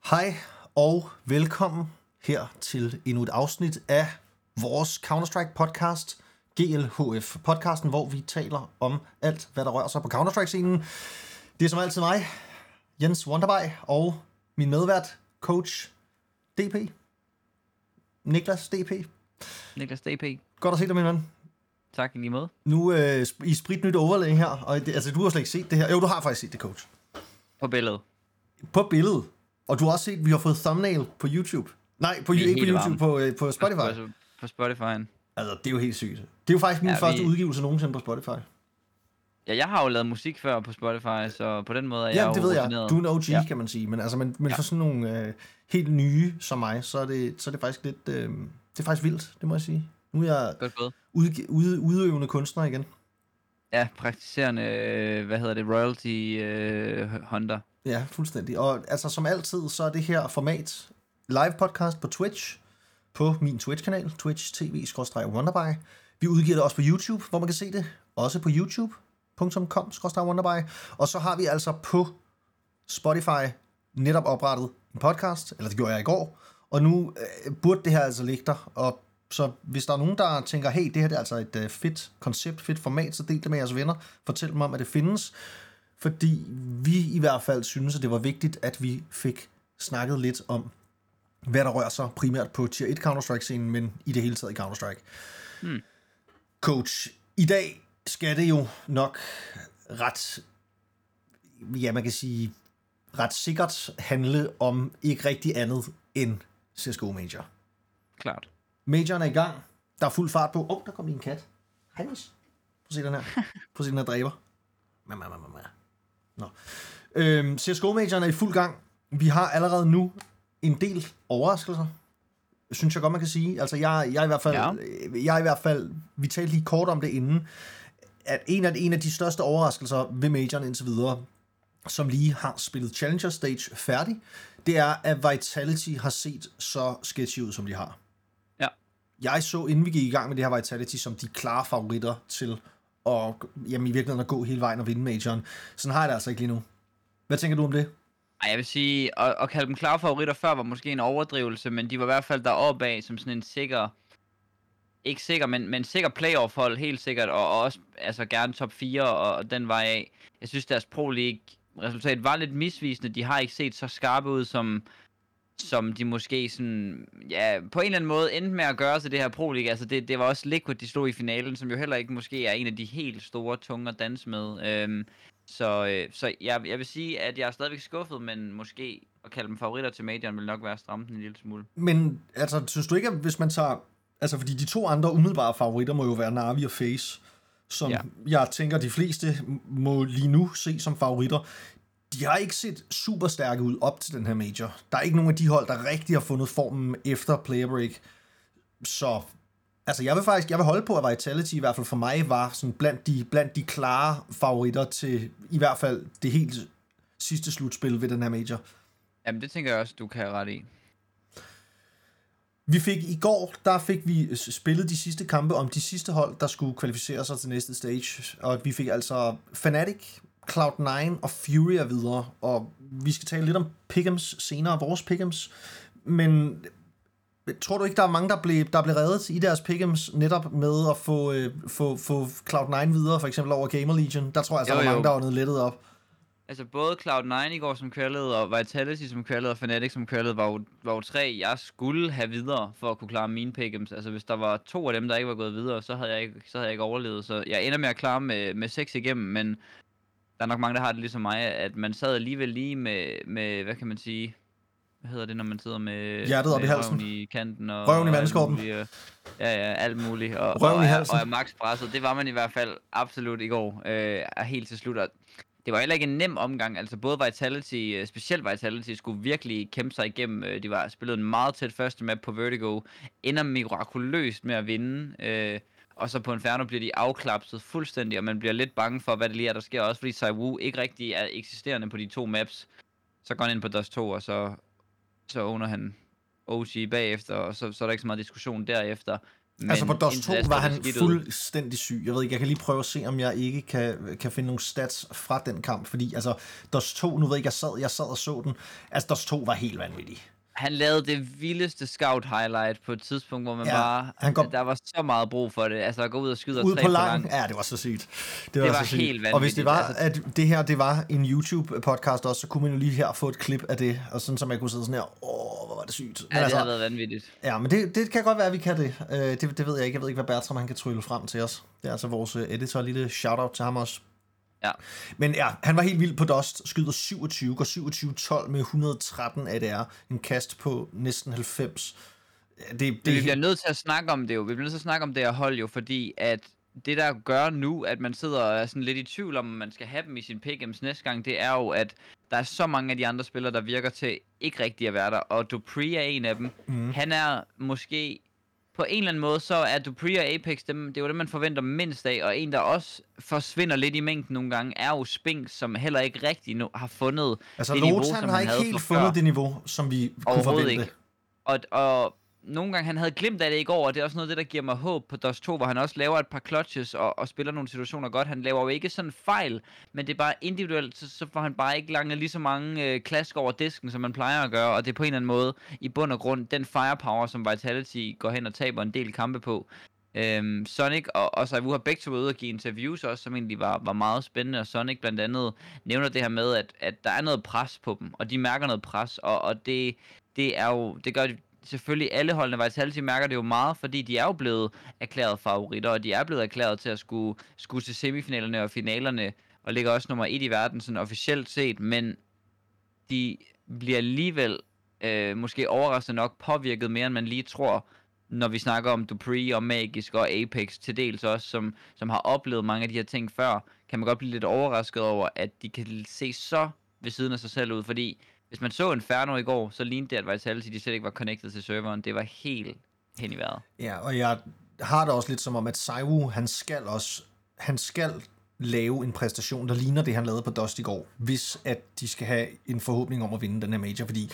Hej og velkommen her til endnu et afsnit af vores Counter-Strike podcast, GLHF podcasten, hvor vi taler om alt, hvad der rører sig på Counter-Strike-scenen. Det er som altid mig, Jens Wonderby, og min medvært, coach DP. Niklas DP. Niklas DP. Godt at se dig, min ven. Tak, i lige måde. Nu i spritnyt overlæg her, og du har slet ikke set det her. Jo, du har faktisk set det, coach. På billedet. På billedet. Og du har også set, at vi har fået thumbnail på YouTube. Nej, ikke på YouTube, på Spotify. På Spotify. Altså, det er jo helt sygt. Det er jo faktisk min første udgivelse nogensinde på Spotify. Ja, jeg har jo lavet musik før på Spotify, så på den måde er jeg jo det ved rutineret. jeg. Du er en OG, kan man sige. Men, altså, men for sådan nogle helt nye som mig, så er det faktisk lidt... det er faktisk vildt, det må jeg sige. Nu er jeg udøvende kunstner igen. Ja, praktiserende, royalty hunter. Ja, fuldstændig. Og altså som altid, så er det her format live podcast på Twitch, på min Twitch-kanal, twitch.tv/wonderby. Vi udgiver det også på YouTube, hvor man kan se det, også på youtube.com/wonderby. Og så har vi altså på Spotify netop oprettet en podcast, eller det gjorde jeg i går, og nu burde det her altså ligge der. Og så hvis der er nogen, der tænker, hey, det her det er altså et fedt koncept, fedt format, så del det med jeres venner, fortæl dem om, at det findes. Fordi vi i hvert fald synes, at det var vigtigt, at vi fik snakket lidt om, hvad der rører sig primært på Tier 1 Counter-Strike-scenen, men i det hele taget i Counter-Strike. Coach, i dag skal det jo nok man kan sige, ret sikkert handle om ikke rigtig andet end CSGO Major. Klart. Majoren er i gang. Der er fuld fart på. Der kom lige en kat. Hej, Prøv at se den her. Prøv at se den her dræber. Nå. CSGO-majoren er i fuld gang. Vi har allerede nu en del overraskelser, synes jeg godt, man kan sige. Altså, jeg er i hvert fald, vi talte lige kort om det inden, at en af de største overraskelser ved majoren indtil videre, som lige har spillet Challenger Stage færdig, det er, at Vitality har set så sketchy ud, som de har. Ja. Jeg så, inden vi gik i gang med det her Vitality, som de klare favoritter til og i virkeligheden at gå hele vejen og vinde majoren. Sådan har jeg det altså ikke lige nu. Hvad tænker du om det? Ej, jeg vil sige, at kalde dem klare favoritter før var måske en overdrivelse, men de var i hvert fald deroppe af som sådan en sikker, ikke sikker, men sikker playoff-hold, helt sikkert, og også altså gerne top 4 og den vej af. Jeg synes, deres Pro League-resultat var lidt misvisende. De har ikke set så skarpe ud, som de måske sådan, ja, på en eller anden måde endte med at gøre sig det her Pro League. Altså det var også Liquid, de stod i finalen, som jo heller ikke måske er en af de helt store tunge at danse med. Så jeg vil sige, at jeg er stadigvæk skuffet, men måske at kalde dem favoritter til majoren vil nok være stramt en lille smule. Men altså, synes du ikke, at hvis man tager, altså fordi de to andre umiddelbare favoritter må jo være Na'Vi og FaZe, som jeg tænker, de fleste må lige nu se som favoritter. De har ikke set super stærke ud op til den her major. Der er ikke nogen af de hold, der rigtig har fundet formen efter player break. Så altså jeg vil holde på, at Vitality i hvert fald for mig var sådan blandt de klare favoritter til i hvert fald det helt sidste slutspil ved den her major. Jamen det tænker jeg også, du kan have ret i. I går fik vi spillet de sidste kampe om de sidste hold, der skulle kvalificere sig til næste stage. Og vi fik altså Fnatic, Cloud9 og Furia videre, og vi skal tale lidt om pick'ems senere, vores pick'ems, men tror du ikke, der er mange, der blev reddet i deres pick'ems netop med at få Cloud9 videre, for eksempel over Gamer Legion? Der tror jeg, der var mange, der var lettet op. Altså både Cloud9 i går som kørlede, og Vitality som kørlede, og Fnatic som kørlede, var jo tre, jeg skulle have videre for at kunne klare mine pick'ems. Altså hvis der var 2 af dem, der ikke var gået videre, så havde jeg ikke overlevet. Så jeg ender med at klare med 6 igennem, men der er nok mange, der har det ligesom mig, at man sad alligevel lige med hvad kan man sige, hvad hedder det, når man sidder med hjertet op i halsen, røven i kanten og røven i vandskorpen. Ja, alt muligt. Og røven i halsen. Og er max presset. Det var man i hvert fald absolut i går, helt til slut. Det var heller ikke en nem omgang. Altså både Vitality, specielt Vitality, skulle virkelig kæmpe sig igennem. De var spillet en meget tæt første map på Vertigo, ender mirakuløst med at vinde. Og så på Inferno bliver de afklapset fuldstændig, og man bliver lidt bange for, hvad det lige er, der sker. Også fordi ZywOo ikke rigtig er eksisterende på de 2 maps. Så går han ind på Dust 2, og så owner han OG bagefter, og så er der ikke så meget diskussion derefter. Men altså på DOS 2 indtil da så var det han skidt ud. fuldstændig syg. Jeg ved ikke, jeg kan lige prøve at se, om jeg ikke kan finde nogle stats fra den kamp, fordi altså DOS 2, nu ved jeg ikke, jeg sad og så den, altså DOS 2 var helt vanvittig. Han lavede det vildeste scout highlight på et tidspunkt, hvor man der var så meget brug for det. Altså at gå ud og skyde ude tre på på lang. lang. Ja, det var så sygt. Det var så sygt. helt vanvittigt. Og hvis det var, altså, at det her det var en YouTube-podcast også, så kunne man jo lige her få et klip af det, og sådan, så man kunne sidde sådan her, hvor var det sygt. Ja, det har været vanvittigt. Ja, men det kan godt være, at vi kan det. Det ved jeg ikke. Jeg ved ikke, hvad Bertram han kan trylle frem til os. Det er altså vores editor. Lille shout-out til ham også. Ja. Men ja, han var helt vild på Dust, skyder 27, går 27-12 med 113 ADR, en kast på næsten 90. Vi bliver nødt til at snakke om det jo. Vi bliver nødt til at snakke om det her hold jo, fordi at det der gør nu, at man sidder og er sådan lidt i tvivl om man skal have dem i sin pickems næste gang, det er jo, at der er så mange af de andre spillere, der virker til ikke rigtig at være der, og Dupree er en af dem. Han er måske på en eller anden måde, så er Dupree og Apex, det er jo det, man forventer mindst af, og en, der også forsvinder lidt i mængden nogle gange, er jo Spinks, som heller ikke rigtig har fundet altså, det niveau, som han har ikke havde helt fundet det niveau, som vi kunne forvente. Ikke. Og nogle gange, han havde glemt af det i går, og det er også noget af det, der giver mig håb på DOS 2, hvor han også laver et par clutches og spiller nogle situationer godt. Han laver jo ikke sådan fejl, men det er bare individuelt, så får han bare ikke langt lige så mange klask over disken, som man plejer at gøre, og det er på en eller anden måde, i bund og grund, den firepower, som Vitality går hen og taber en del kampe på. Sonic og Saivu har begge to været ude og give interviews også, som egentlig var meget spændende, og Sonic blandt andet nævner det her med, at der er noget pres på dem, og de mærker noget pres, og det er jo, det gør selvfølgelig alle holdene. Vitality mærker det jo meget, fordi de er jo blevet erklæret favoritter, og de er blevet erklæret til at skulle til semifinalerne og finalerne, og ligger også nummer 1 i verden, sådan officielt set, men de bliver alligevel måske overraskende nok påvirket mere, end man lige tror, når vi snakker om Dupree og Magisk og Apex til dels også, som har oplevet mange af de her ting før, kan man godt blive lidt overrasket over, at de kan se så ved siden af sig selv ud, fordi hvis man så Inferno i går, så lignede det, at Vitality de slet ikke var connected til serveren. Det var helt hen i vejret. Ja, og jeg har det også lidt som om, at Saivu, han skal lave en præstation, der ligner det, han lavede på Dust i går, hvis at de skal have en forhåbning om at vinde den her major, fordi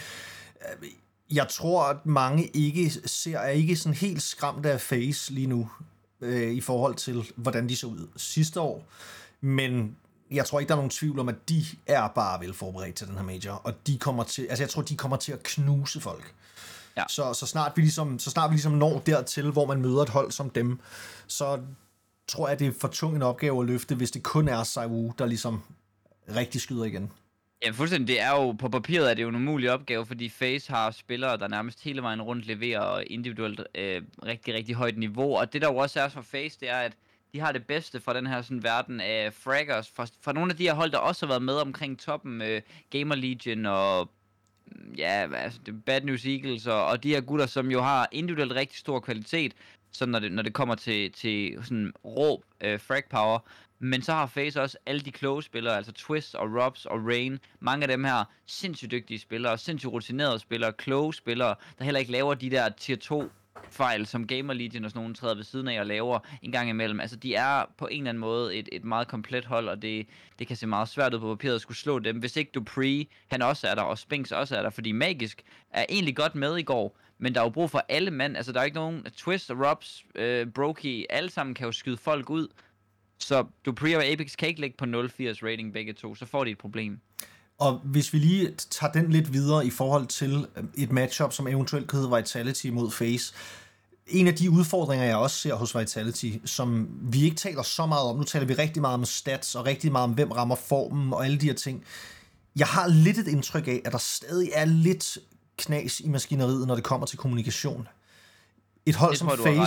jeg tror, at mange er ikke sådan helt skræmte af FaZe lige nu, i forhold til, hvordan de så ud sidste år, men jeg tror ikke, der er nogen tvivl om, at de er bare vel forberedt til den her major, og jeg tror, de kommer til at knuse folk. Ja. Så snart vi ligesom når dertil, hvor man møder et hold som dem, så tror jeg, det er for tung en opgave at løfte, hvis det kun er Saivu, der ligesom rigtig skyder igen. Ja, fuldstændig. Det er jo, på papiret er det jo en umulig opgave, fordi FaZe har spillere, der nærmest hele vejen rundt leverer individuelt rigtig, rigtig højt niveau, og det der jo også er for FaZe, det er, at de har det bedste fra den her sådan verden af fraggers, fra nogle af de her hold, der også har været med omkring toppen, Gamer Legion og ja, altså Bad News Eagles og de her gutter, som jo har individuelt rigtig stor kvalitet, så når det kommer til sådan rå frag power. Men så har FaZe også alle de kloge spillere, altså Twist og Robs og Rain, mange af dem her sindssygt dygtige spillere, sindssygt rutinerede spillere, kloge spillere, der heller ikke laver de der tier 2 fejl, som Gamer Legion og sådan nogen træder ved siden af og laver en gang imellem. Altså, de er på en eller anden måde et meget komplet hold, og det kan se meget svært ud på papiret at skulle slå dem, hvis ikke Dupree, han også er der, og Spinks også er der, fordi Magisk er egentlig godt med i går, men der er jo brug for alle mand. Altså, der er ikke nogen Twist og Robs, Brokey, alle sammen kan jo skyde folk ud, så Dupree og Apex kan ikke ligge på 0,80 rating begge to, så får de et problem. Og hvis vi lige tager den lidt videre i forhold til et matchup, som eventuelt kan hedde Vitality mod FaZe. En af de udfordringer, jeg også ser hos Vitality, som vi ikke taler så meget om, nu taler vi rigtig meget om stats, og rigtig meget om, hvem rammer formen, og alle de her ting. Jeg har lidt et indtryk af, at der stadig er lidt knas i maskineriet, når det kommer til kommunikation. Et hold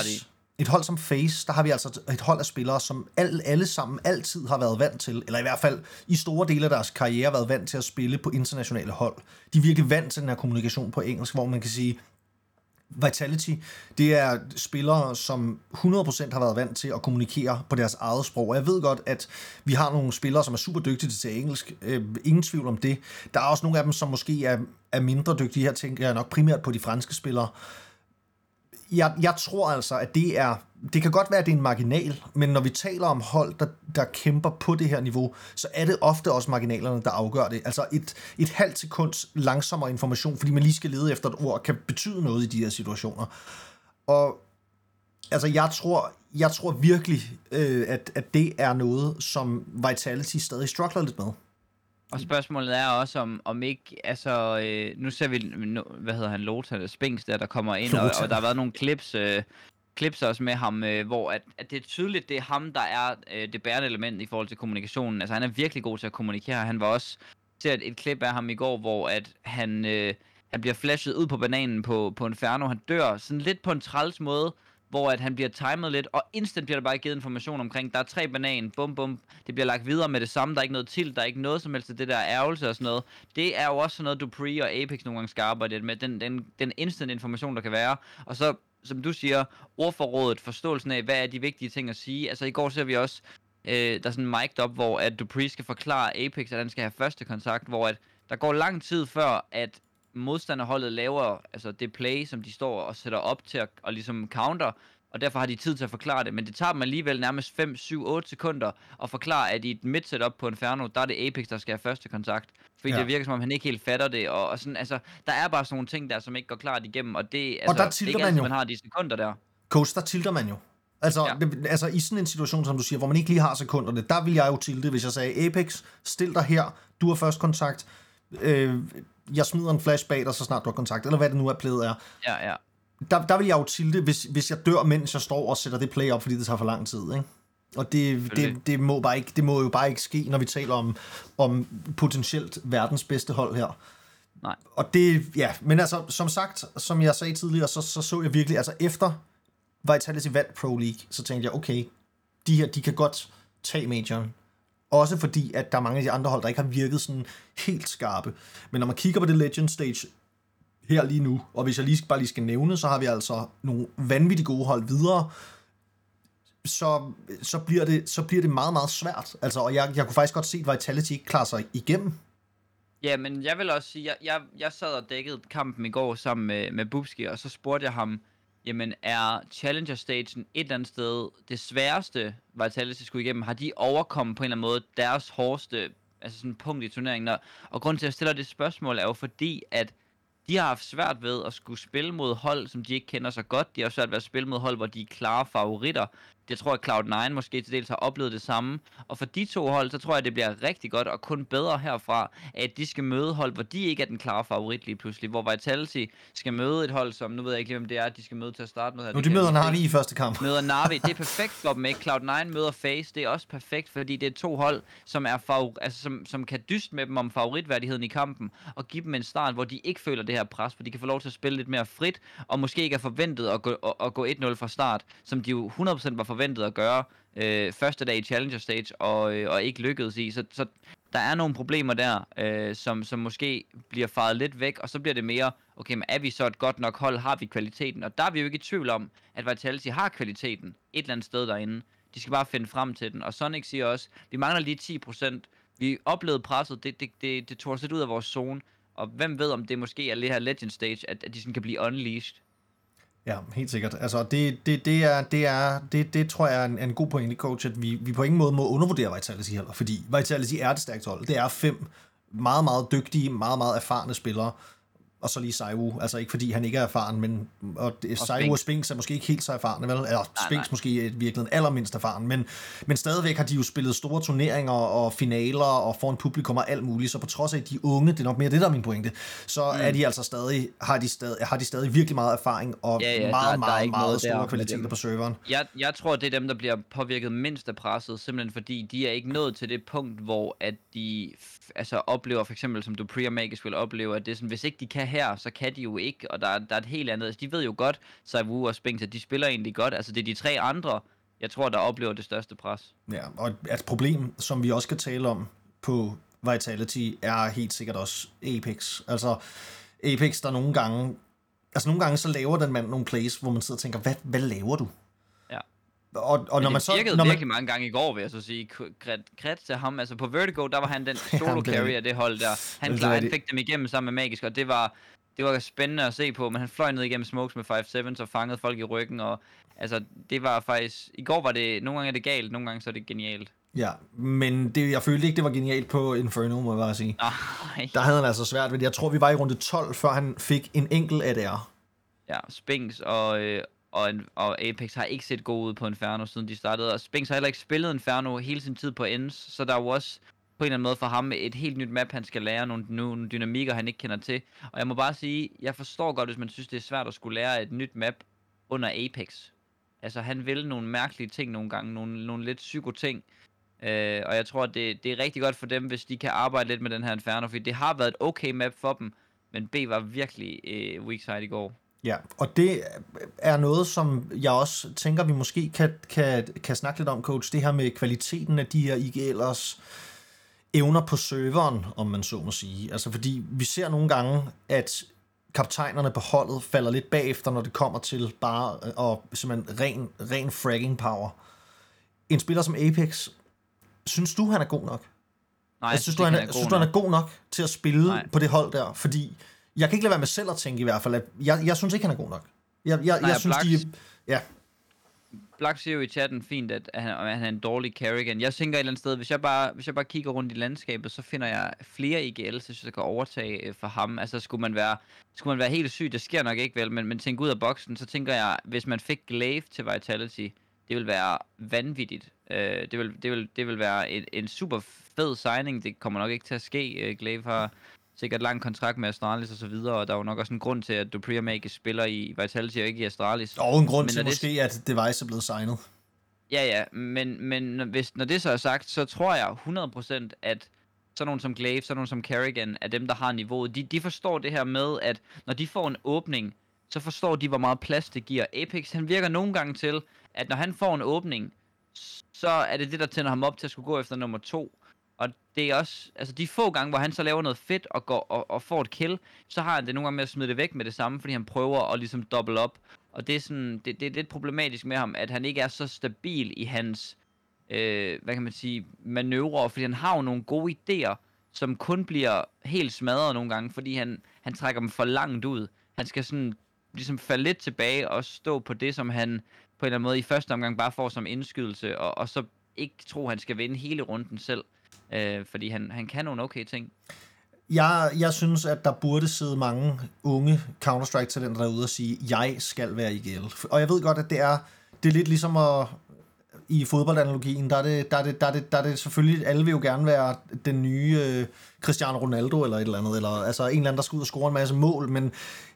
som FaZe, der har vi altså et hold af spillere, som alle sammen altid har været vant til, eller i hvert fald i store dele af deres karriere været vant til at spille på internationale hold. De er virkelig vant til den her kommunikation på engelsk, hvor man kan sige, Vitality, det er spillere, som 100% har været vant til at kommunikere på deres eget sprog. Og jeg ved godt, at vi har nogle spillere, som er super dygtige til engelsk. Ingen tvivl om det. Der er også nogle af dem, som måske er mindre dygtige. Her tænker jeg nok primært på de franske spillere. Jeg tror altså, at det kan godt være, at det er en marginal, men når vi taler om hold, der kæmper på det her niveau, så er det ofte også marginalerne, der afgør det. Altså et halvt sekunds langsommere information, fordi man lige skal lede efter et ord, kan betyde noget i de her situationer. Og Altså, jeg tror virkelig, at det er noget, som Vitality stadig struggler lidt med. Og spørgsmålet er også, om ikke, altså, nu ser vi, hvad hedder han, Lota, eller Spinks, der kommer ind, og der har været nogle clips også med ham, hvor at det er tydeligt, det er ham, der er det bærende element i forhold til kommunikationen. Altså, han er virkelig god til at kommunikere. Han var også, ser et klip af ham i går, hvor at han bliver flashet ud på bananen på Inferno. Han dør sådan lidt på en træls måde, hvor at han bliver timet lidt, og instant bliver der bare givet information omkring, der er 3 banan, bum bum, det bliver lagt videre med det samme, der er ikke noget til, der er ikke noget som helst af det der ærgelse og sådan noget. Det er jo også sådan noget, Dupree og Apex nogle gange skal arbejde med, den instant information, der kan være, og så, som du siger, ordforrådet, forståelsen af, hvad er de vigtige ting at sige. Altså i går ser vi også, der er sådan en mic'd op, hvor at Dupree skal forklare Apex, at han skal have første kontakt, hvor at der går lang tid før, at modstanderholdet laver altså det play, som de står og sætter op til at ligesom counter, og derfor har de tid til at forklare det, men det tager dem alligevel nærmest 5, 7, 8 sekunder at forklare, at i et mid-setup på Inferno, der er det Apex, der skal have første kontakt, fordi det virker som om, han ikke helt fatter det, og sådan, altså, der er bare sådan nogle ting der, som ikke går klart igennem, og det, altså, og der det er ikke altid, man har de sekunder der. Coach, der tilter man jo. Altså, altså i sådan en situation, som du siger, hvor man ikke lige har sekunderne, der vil jeg jo tilte, hvis jeg sagde, Apex, stil dig her, du har først kontakt, jeg smider en flash bag dig, så snart du har kontakt, eller hvad det nu er plædet er. Ja. Der vil jeg jo tilte, hvis jeg dør, mens jeg står og sætter det play op, fordi det tager for lang tid, ikke? Og det må jo bare ikke ske, når vi taler om potentielt verdens bedste hold her. Nej. Og det, ja, men altså, som sagt, som jeg sagde tidligere, så jeg virkelig, altså efter Vitality vandt Pro League, så tænkte jeg, okay, de her, de kan godt tage majoren. Også fordi, at der er mange af de andre hold, der ikke har virket sådan helt skarpe. Men når man kigger på det Legend Stage her lige nu, og hvis jeg bare lige skal nævne, så har vi altså nogle vanvittigt gode hold videre, så bliver det meget, meget svært. Altså, og jeg kunne faktisk godt se, at Vitality ikke klarer sig igennem. Ja, men jeg vil også sige, jeg sad og dækkede kampen i går sammen med Bubski, og så spurgte jeg ham, jamen er Challenger-stagen et eller andet sted det sværeste, Vitality skulle igennem? Har de overkommet på en eller anden måde deres hårdeste altså sådan punkt i turneringen? Og grunden til, at jeg stiller det spørgsmål, er jo fordi, at de har haft svært ved at skulle spille mod hold, som de ikke kender så godt. De har svært ved at spille mod hold, hvor de er klare favoritter. Det tror jeg, Cloud9 måske til dels har oplevet det samme. Og for de to hold, så tror jeg, det bliver rigtig godt og kun bedre herfra, at de skal møde hold, hvor de ikke er den klare favorit lige pludselig. Hvor Vitality skal møde et hold, som nu ved jeg ikke, hvem det er, at de skal møde til at starte med. Her. Nu de møder Na'Vi i første kamp. Møder Na'Vi, det er perfekt for dem, ikke? Cloud9 møder FaZe, det er også perfekt, fordi det er to hold, som er som kan dyste med dem om favoritværdigheden i kampen, og give dem en start, hvor de ikke føler det her pres, for de kan få lov til at spille lidt mere frit, og måske ikke er forventet at gå 1-0 fra start, som de jo 100% var forventet at gøre første dag i Challenger Stage, og ikke lykkedes i. Så der er nogle problemer der, som måske bliver faret lidt væk, og så bliver det mere, okay, men er vi så et godt nok hold, har vi kvaliteten? Og der er vi jo ikke i tvivl om, at Vitality har kvaliteten et eller andet sted derinde. De skal bare finde frem til den. Og Sonic siger også, vi mangler lige 10%. Vi oplevede presset, det tog os lidt ud af vores zone. Og hvem ved, om det måske er det her Legend Stage, at de sådan kan blive unleashed. Ja, helt sikkert. Altså, det tror jeg er en god pointe, coach, at vi på ingen måde må undervurdere Vitality heller, fordi Vitality er det stærkeste hold. Det er 5 meget, meget dygtige, meget, meget erfarne spillere, og så lige Saiwu, altså ikke fordi han ikke er erfaren, men Saiwu og Spinks er måske ikke helt så erfarne, vel? Eller Spinks måske i virkeligheden allermindst erfaren, men stadigvæk har de jo spillet store turneringer og finaler og foran publikum og alt muligt, så på trods af at de er unge, det er nok mere det, der er min pointe, så er de altså stadig, har de stadig virkelig meget erfaring og meget store kvaliteter på serveren. Jeg tror, det er dem, der bliver påvirket mindst af presset, simpelthen fordi de er ikke nået til det punkt, hvor at de oplever, for eksempel som Dupree og Magisk vil opleve, at det er sådan, hvis ikke de kan her, så kan de jo ikke, og der er et helt andet. Altså, de ved jo godt, Saiwu og Spinks, at de spiller egentlig godt. Altså, det er de 3 andre, jeg tror, der oplever det største pres. Ja, og et problem, som vi også skal tale om på Vitality, er helt sikkert også Apex. Altså, Apex, der nogle gange så laver den mand nogle plays, hvor man sidder og tænker, hvad laver du? Ja. Og når man så virkelig mange gange i går, vil jeg så sige, Kret til ham, altså på Vertigo, der var han den solo carry af det hold der. Han fik dem igennem sammen med Magisk, og det var spændende at se på, men han fløj ned igennem smokes med 5-7 og fangede folk i ryggen, og altså det var faktisk, i går var det, nogle gange er det galt, nogle gange så er det genialt. Ja, men jeg følte ikke, det var genialt på Inferno, må jeg bare sige. Der havde han altså svært ved det. Jeg tror, vi var i runde 12, før han fik en enkelt ADR. Ja, Spinks og og Apex har ikke set god ud på Inferno, siden de startede. Og Spinks har heller ikke spillet Inferno hele sin tid på Ends, så der er jo også på en eller anden måde for ham et helt nyt map, han skal lære, nogle dynamikker, han ikke kender til. Og jeg må bare sige, jeg forstår godt, hvis man synes, det er svært at skulle lære et nyt map under Apex. Altså, han vil nogle mærkelige ting nogle gange, nogle lidt psyko-ting. Og jeg tror, at det er rigtig godt for dem, hvis de kan arbejde lidt med den her Inferno, fordi det har været et okay map for dem, men B var virkelig weak side i går. Ja, og det er noget, som jeg også tænker, vi måske kan snakke lidt om, coach, det her med kvaliteten af de her IGL'ers evner på serveren, om man så må sige. Altså, fordi vi ser nogle gange, at kaptajnerne på holdet falder lidt bagefter, når det kommer til bare og simpelthen ren fragging power. En spiller som Apex, synes du, han er god nok? Nej, jeg synes du, han er god nok til at spille på det hold der? Fordi jeg kan ikke lade være med selv at tænke i hvert fald, at jeg synes ikke, han er god nok. Jeg synes, ja. Black siger jo i chatten fint, at han er en dårlig carrigan. Jeg tænker et eller andet sted, hvis jeg bare kigger rundt i landskabet, så finder jeg flere IGL's, synes jeg kan overtage for ham. Altså skulle man være helt syg, det sker nok ikke vel, men tænk ud af boksen, så tænker jeg, hvis man fik Glaive til Vitality, det vil være vanvittigt. Det vil være en super fed signing. Det kommer nok ikke til at ske. Glaive har sikkert lang kontrakt med Astralis og så videre, og der er jo nok også en grund til, at Dupree ikke spiller i Vitality og ikke i Astralis. Og en grund til måske, at Device er blevet signet. Ja, men når det så er sagt, så tror jeg 100%, at sådan nogen som Glaive, sådan nogen som Carrigan, er dem, der har niveauet. De forstår det her med, at når de får en åbning, så forstår de, hvor meget plads det giver. Apex, han virker nogle gange til, at når han får en åbning, så er det det, der tænder ham op til at skulle gå efter nummer 2. Og det er også, altså de få gange, hvor han så laver noget fedt og går og får et kill, så har han det nogle gange med at smide det væk med det samme, fordi han prøver at ligesom double op. Og det er sådan, det er lidt problematisk med ham, at han ikke er så stabil i hans, hvad kan man sige, manøvrer, fordi han har jo nogle gode idéer, som kun bliver helt smadret nogle gange, fordi han trækker dem for langt ud. Han skal sådan ligesom falde lidt tilbage og stå på det, som han på en eller anden måde i første omgang bare får som indskydelse, og så ikke tro, han skal vinde hele runden selv. Fordi han kan nogle okay ting. Jeg synes, at der burde sidde mange unge Counter-Strike-talenter derude og sige, jeg skal være IGL. Og jeg ved godt, at det er lidt ligesom at, i fodboldanalogien, der er det selvfølgelig, alle vil jo gerne være den nye Cristiano Ronaldo eller et eller andet, eller altså en eller anden, der skal ud og score en masse mål, men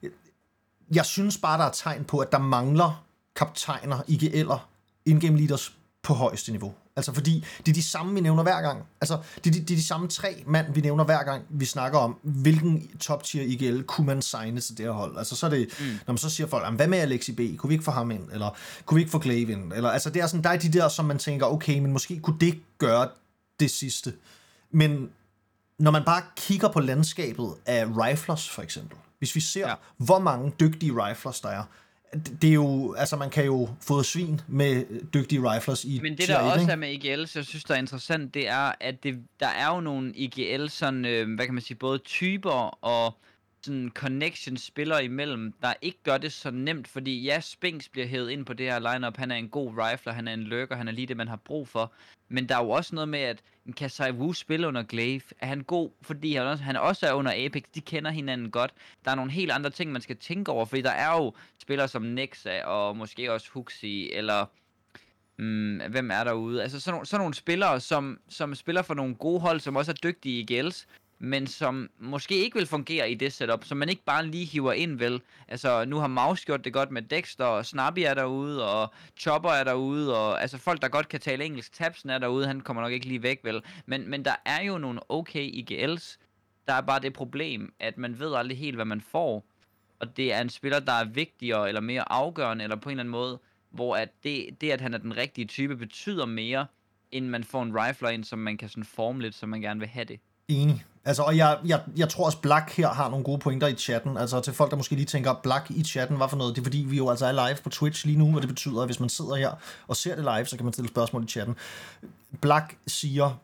jeg synes bare, der er tegn på, at der mangler kaptajner, IGL'er, in-game leaders på højeste niveau. Altså fordi det er de samme, vi nævner hver gang. Altså det er de samme 3 mand, vi nævner hver gang, vi snakker om, hvilken top-tier IGL kunne man signe til det her hold. Altså så er det, når man så siger folk, hvad med Alexi B? Kunne vi ikke få ham ind? Eller kunne vi ikke få Glaive ind? Eller altså det er sådan, der er de der, som man tænker, okay, men måske kunne det gøre det sidste. Men når man bare kigger på landskabet af riflers for eksempel, hvis vi ser, hvor mange dygtige riflers der er, det er jo, altså man kan jo få svin med dygtige riflers i. Men det der også er med IGL, så jeg synes der er interessant, det er, at der er jo nogle IGL sådan, hvad kan man sige, både typer og sådan connection spillere imellem, der ikke gør det så nemt, fordi ja, Spinks bliver hævet ind på det her lineup, han er en god rifler, han er en lurker, han er lige det, man har brug for, men der er jo også noget med, at Kasai Wu spiller under Glaive, er han god, fordi han også er under Apex, de kender hinanden godt, der er nogle helt andre ting, man skal tænke over, fordi der er jo spillere som Nexa, og måske også Huxi, eller hvem er derude, altså sådan nogle spillere, som spiller for nogle gode hold, som også er dygtige i IGLs, men som måske ikke vil fungere i det setup, som man ikke bare lige hiver ind vel. Altså, nu har Maus gjort det godt med Dexter, og Snappy er derude, og Chopper er derude, og altså folk, der godt kan tale engelsk, Tabsen er derude, han kommer nok ikke lige væk vel. Men der er jo nogle okay IGLs, der er bare det problem, at man ved aldrig helt, hvad man får, og det er en spiller, der er vigtigere, eller mere afgørende, eller på en eller anden måde, hvor at det at han er den rigtige type, betyder mere, end man får en rifler ind, som man kan sådan forme lidt, som man gerne vil have det. Enig. Altså, og jeg tror også, Black her har nogle gode pointer i chatten. Altså til folk, der måske lige tænker, Black i chatten, hvad for noget? Det er fordi, vi jo altså er live på Twitch lige nu, og det betyder, at hvis man sidder her og ser det live, så kan man stille spørgsmål i chatten. Black siger,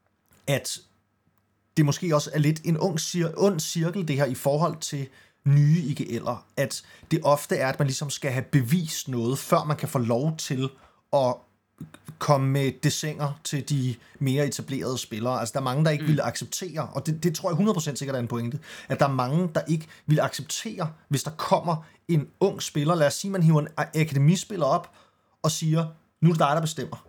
at det måske også er lidt en ond cirkel, det her, i forhold til nye IGL'er. At det ofte er, at man ligesom skal have bevist noget, før man kan få lov til at komme med dessinger til de mere etablerede spillere. Altså, der er mange, der ikke vil acceptere, og det tror jeg 100% sikkert er en pointe, at der er mange, der ikke vil acceptere, hvis der kommer en ung spiller, lad os sige, man hiver en akademispiller op, og siger, nu er det dig, der bestemmer.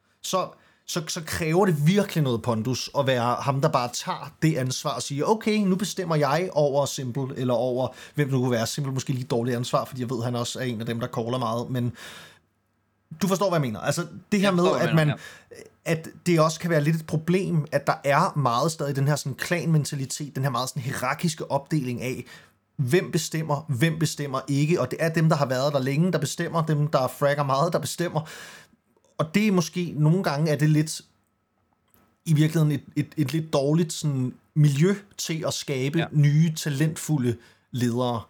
Så kræver det virkelig noget pondus at være ham, der bare tager det ansvar og siger, okay, nu bestemmer jeg over Simple, eller over, hvem det nu kunne være. Simple måske lige dårligt ansvar, fordi jeg ved, at han også er en af dem, der caller meget, men du forstår, hvad jeg mener. Altså, det her med, at det også kan være lidt et problem, at der er meget stadig den her sådan klanmentalitet, den her meget sådan hierarkiske opdeling af, hvem bestemmer ikke, og det er dem, der har været der længe, der bestemmer, dem, der fragger meget, der bestemmer. Og det er måske, nogle gange er det lidt, i virkeligheden et lidt dårligt sådan, miljø til at skabe nye, talentfulde ledere.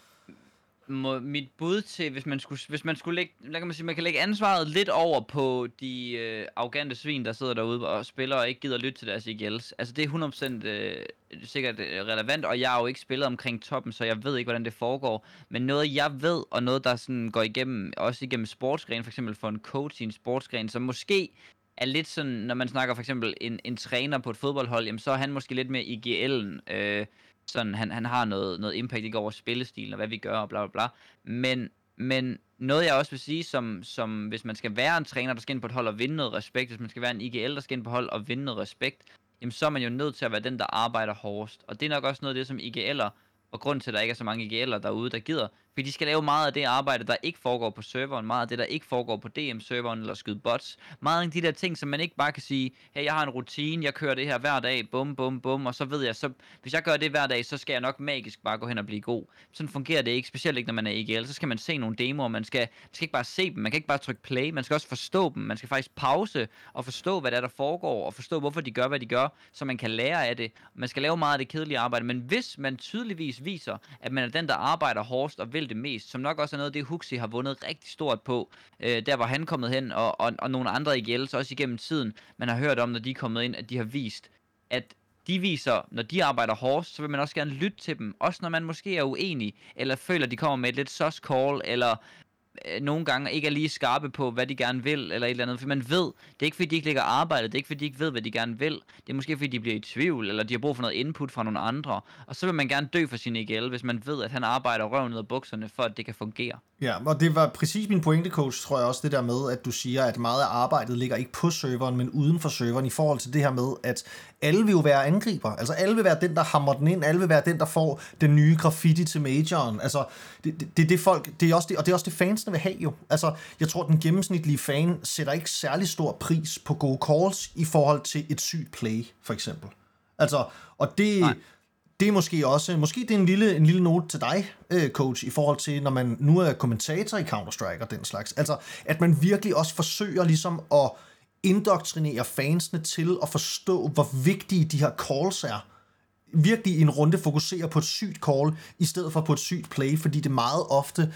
Mit bud til, hvis man skulle lægge, lad mig sige, man kan lægge ansvaret lidt over på de arrogante svin, der sidder derude og spiller og ikke gider lytte til deres IGLs. Altså det er 100% sikkert relevant, og jeg har jo ikke spillet omkring toppen, så jeg ved ikke, hvordan det foregår. Men noget jeg ved, og noget der sådan går igennem, også igennem sportsgren, for eksempel for en coach i en sportsgren, som måske er lidt sådan, når man snakker for eksempel en træner på et fodboldhold, jamen så er han måske lidt mere IGL'en, sådan, han har noget impact ikke over spillestilen og hvad vi gør og bla bla bla. Men noget jeg også vil sige, som hvis man skal være en træner, der skal ind på et hold og vinde noget respekt, hvis man skal være en IGL, der skal ind på hold og vinde noget respekt, jamen så er man jo nødt til at være den, der arbejder hårdest. Og det er nok også noget af det, som IGL'er, og grund til, at der ikke er så mange IGL'er derude, der gider, fordi de skal lave meget af det arbejde, der ikke foregår på serveren, meget af det, der ikke foregår på DM-serveren, eller skyde bots, meget af de der ting, som man ikke bare kan sige, hey, jeg har en rutine, jeg kører det her hver dag, bum, bum, bum, og så ved jeg, så hvis jeg gør det hver dag, så skal jeg nok magisk bare gå hen og blive god. Sådan fungerer det ikke, specielt ikke, når man er IGL, så skal man se nogle demoer, man skal ikke bare se dem, man kan ikke bare trykke play, man skal også forstå dem, man skal faktisk pause og forstå, hvad der foregår, og forstå, hvorfor de gør, hvad de gør, så man kan lære af det. Man skal lave meget af det kedelige arbejde, men hvis man tydeligvis viser, at man er den, der arbejder hårdest og vil det mest, som nok også er noget af det, Huxi har vundet rigtig stort på, der hvor han er kommet hen, og nogle andre IGL's også igennem tiden, man har hørt om, når de er kommet ind, at de har vist, at de viser, når de arbejder hårdest, så vil man også gerne lytte til dem, også når man måske er uenig, eller føler, at de kommer med et lidt sus call, eller nogle gange ikke er lige skarpe på, hvad de gerne vil, eller et eller andet, for man ved, det er ikke fordi, de ikke lægger arbejde, det er ikke fordi, de ikke ved, hvad de gerne vil, det er måske fordi, de bliver i tvivl, eller de har brug for noget input fra nogle andre, og så vil man gerne dø for sin IGL, hvis man ved, at han arbejder røven ned af bukserne, for at det kan fungere. Ja, og det var præcis min pointe, coach, tror jeg også, det der med, at du siger, at meget af arbejdet ligger ikke på serveren, men uden for serveren, i forhold til det her med, at alle vil jo være angriber, altså alle vil være den, der hammer den ind, alle vil være den, der får den nye graffiti til majoren, altså det folk, det er også det, og det er også det fansene vil have jo, altså jeg tror, den gennemsnitlige fan sætter ikke særlig stor pris på gode calls i forhold til et sygt play, for eksempel. Altså, og det er måske også, måske det er en lille note til dig, coach, i forhold til, når man nu er kommentator i Counter-Strike og den slags. Altså, at man virkelig også forsøger ligesom at indoktrinere fansene til at forstå, hvor vigtige de her calls er. Virkelig i en runde fokusere på et sygt call, i stedet for på et sygt play, fordi det meget ofte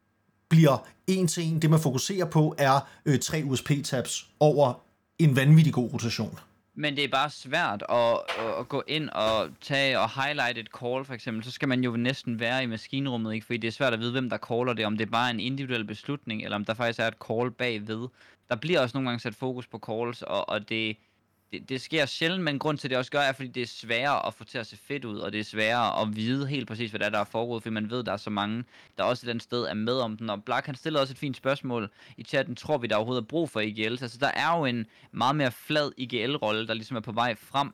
bliver en til en. Det man fokuserer på er 3 USP-tabs over en vanvittig god rotation. Men det er bare svært at gå ind og tage og highlight et call, for eksempel. Så skal man jo næsten være i maskinrummet, ikke? Fordi det er svært at vide, hvem der caller det. Om det er bare en individuel beslutning, eller om der faktisk er et call bagved. Der bliver også nogle gange sat fokus på calls, og det sker sjældent, men grund til det også gør, er, fordi det er sværere at få til at se fedt ud, og det er sværere at vide helt præcis, hvad der er foregået, fordi man ved, der er så mange, der også et andet sted er med om den. Og Black, han stiller også et fint spørgsmål i chatten, tror vi, der overhovedet er brug for IGL's? Altså, der er jo en meget mere flad IGL-rolle, der ligesom er på vej frem,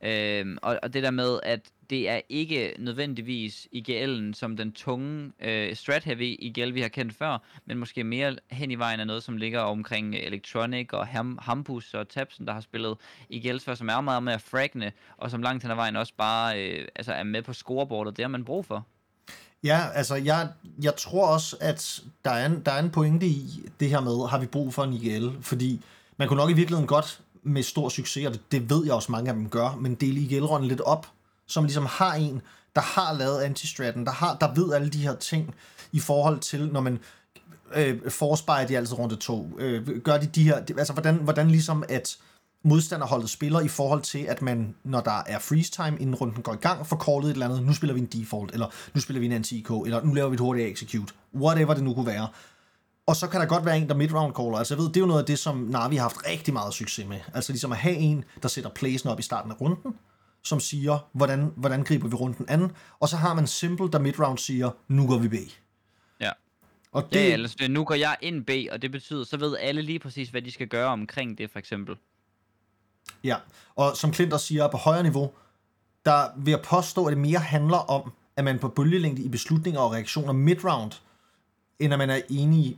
og det der med, at det er ikke nødvendigvis IGL'en som den tunge strat-heavy IGL, vi har kendt før, men måske mere hen i vejen af noget, som ligger omkring Electronic og Hampus og Tabsen, der har spillet IGL's før, som er meget mere fraggende, og som langt hen ad vejen også bare er med på scoreboardet. Det har man brug for. Ja, altså jeg tror også, at der er en pointe i det her med, har vi brug for en IGL, fordi man kunne nok i virkeligheden godt med stor succes, og det ved jeg også mange af dem gør, men dele IGL-rollen lidt op, som ligesom har en, der har lavet anti-straten, der ved alle de her ting i forhold til, når man forspejder de altid rundt 2, gør de her, altså hvordan ligesom at modstanderholdet spiller i forhold til, at man, når der er freeze time, inden runden går i gang, får callet et eller andet, nu spiller vi en default, eller nu spiller vi en anti-IK, eller nu laver vi et hurtigt execute, whatever det nu kunne være. Og så kan der godt være en, der mid-round caller. Altså jeg ved, det er jo noget af det, som Na'Vi har haft rigtig meget succes med. Altså ligesom at have en, der sætter playsen op i starten af runden, som siger, hvordan griber vi runden an. Og så har man Simple, der mid-round siger, nu går vi B. Ja. Og det... Ja, altså nu går jeg ind B, og det betyder, så ved alle lige præcis, hvad de skal gøre omkring det, for eksempel. Ja, og som Clint også siger, på højere niveau, der vil jeg påstå, at det mere handler om, at man på bølgelængde i beslutninger og reaktioner mid-round, end at man er enig,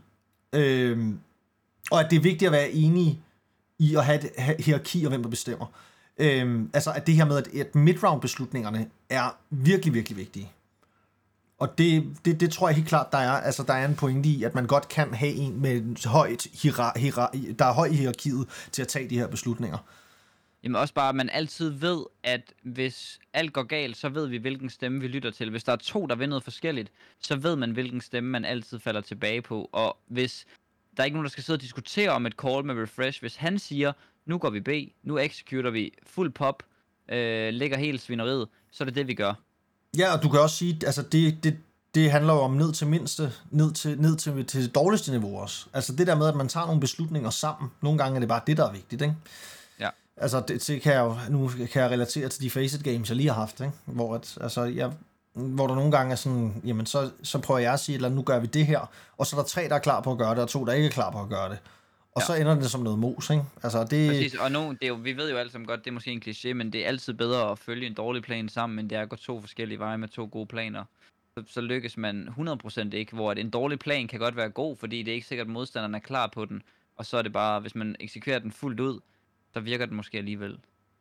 og at det er vigtigt at være enig i at have et hierarki og hvem der bestemmer. Altså at det her med, at mid-round beslutningerne er virkelig, virkelig vigtige. Og det tror jeg helt klart, der er. Altså der er en pointe i, at man godt kan have en med højt der er høj i hierarkiet til at tage de her beslutninger. Jamen også bare, at man altid ved, at hvis alt går galt, så ved vi, hvilken stemme vi lytter til. Hvis der er to, der vil noget forskelligt, så ved man, hvilken stemme man altid falder tilbage på. Og hvis der er ikke nogen, der skal sidde og diskutere om et call med refresh, hvis han siger, nu går vi B, nu executer vi fuld pop, lægger helt svineriet, så er det det, vi gør. Ja, og du kan også sige, altså det handler jo om ned til mindste, ned til det dårligste niveau også. Altså det der med, at man tager nogle beslutninger sammen, nogle gange er det bare det, der er vigtigt, ikke? Ja. Altså det kan jeg jo, nu kan jeg relatere til de Faceit games, jeg lige har haft, ikke? Hvor der nogle gange er sådan, jamen så prøver jeg at sige, eller nu gør vi det her, og så er der 3, der er klar på at gøre det, og 2, der ikke er klar på at gøre det. Og så ender det som noget mos, ikke? Altså det... Præcis, og nu, det er jo, vi ved jo alle sammen godt, det er måske en kliché, men det er altid bedre at følge en dårlig plan sammen, end det er at gå 2 forskellige veje med 2 gode planer. Så lykkes man 100% ikke, hvor en dårlig plan kan godt være god, fordi det er ikke sikkert, at modstanderen er klar på den. Og så er det bare, hvis man eksekverer den fuldt ud, så virker den måske alligevel.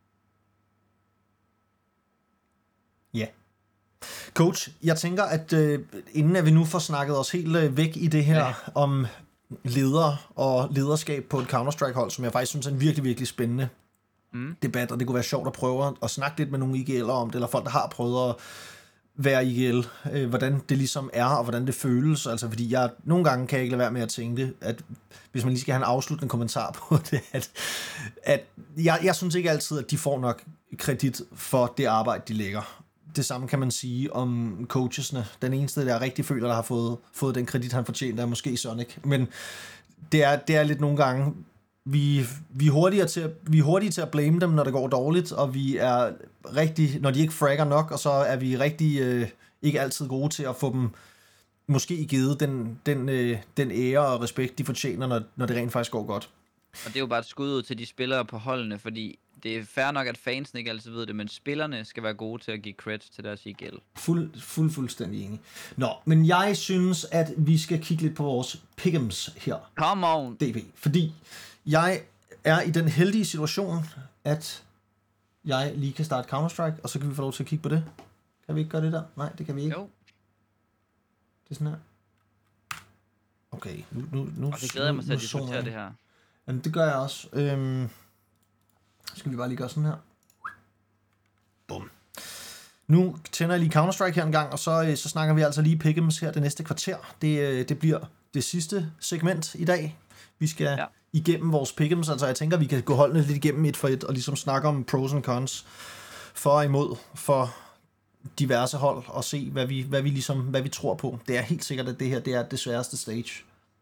Ja. Coach, jeg tænker, at inden at vi nu får snakket os helt væk i det her om ledere og lederskab på et Counter-Strike-hold, som jeg faktisk synes er en virkelig, virkelig spændende debat, og det kunne være sjovt at prøve at snakke lidt med nogle IGL'ere om det, eller folk, der har prøvet at være IGL, hvordan det ligesom er, og hvordan det føles, altså fordi nogle gange kan jeg ikke lade være med at tænke, at hvis man lige skal have en afsluttende kommentar på det, at jeg synes ikke altid, at de får nok kredit for det arbejde, de lægger. Det samme kan man sige om coachesne. Den eneste, der rigtig føler, der har fået den kredit, han fortjener, er måske Sonic. Men det er lidt nogle gange, vi er hurtige til at blame dem, når det går dårligt, og vi er rigtig, når de ikke fragger nok, og så er vi rigtig ikke altid gode til at få dem måske givet den ære og respekt, de fortjener, når det rent faktisk går godt. Og det er jo bare et skud ud til de spillere på holdene, fordi det er fair nok, at fansen ikke altid ved det, men spillerne skal være gode til at give credit til deres IGL. Fuldstændig enig. Nå, men jeg synes, at vi skal kigge lidt på vores pick'ems her. Come on! DB, fordi jeg er i den heldige situation, at jeg lige kan starte Counter-Strike, og så kan vi få lov til at kigge på det. Kan vi ikke gøre det der? Nej, det kan vi ikke. Jo. Det er sådan her. Okay, nu og det glæder jeg mig til at diskutere det her. Jamen, det gør jeg også. Skal vi bare lige gøre sådan her. Bum. Nu tænder jeg lige Counter-Strike her en gang, og så snakker vi altså lige pick'ems her det næste kvarter. Det bliver det sidste segment i dag. Vi skal igennem vores pick'ems, altså jeg tænker, vi kan gå holdene lidt igennem et for et, og ligesom snakke om pros and cons for og imod for diverse hold, og se, hvad vi tror på. Det er helt sikkert, at det her det er det sværeste stage.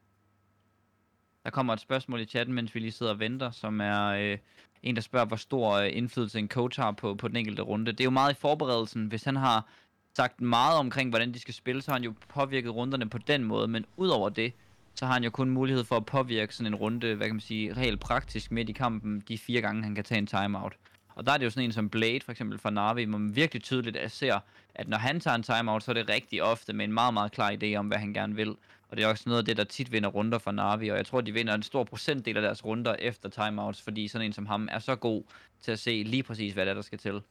Der kommer et spørgsmål i chatten, mens vi lige sidder og venter, som er en, der spørger, hvor stor indflydelse en coach har på den enkelte runde. Det er jo meget i forberedelsen. Hvis han har sagt meget omkring, hvordan de skal spille, så har han jo påvirket runderne på den måde. Men udover det, så har han jo kun mulighed for at påvirke sådan en runde, hvad kan man sige, helt praktisk midt i kampen, de 4 gange, han kan tage en timeout. Og der er det jo sådan en som Blade, for eksempel fra Na'Vi, hvor man virkelig tydeligt ser, at når han tager en timeout, så er det rigtig ofte med en meget, meget klar idé om, hvad han gerne vil. Og det er også noget af det, der tit vinder runder for Na'Vi, og jeg tror, de vinder en stor procentdel af deres runder efter timeouts, fordi sådan en som ham er så god til at se lige præcis, hvad der skal til.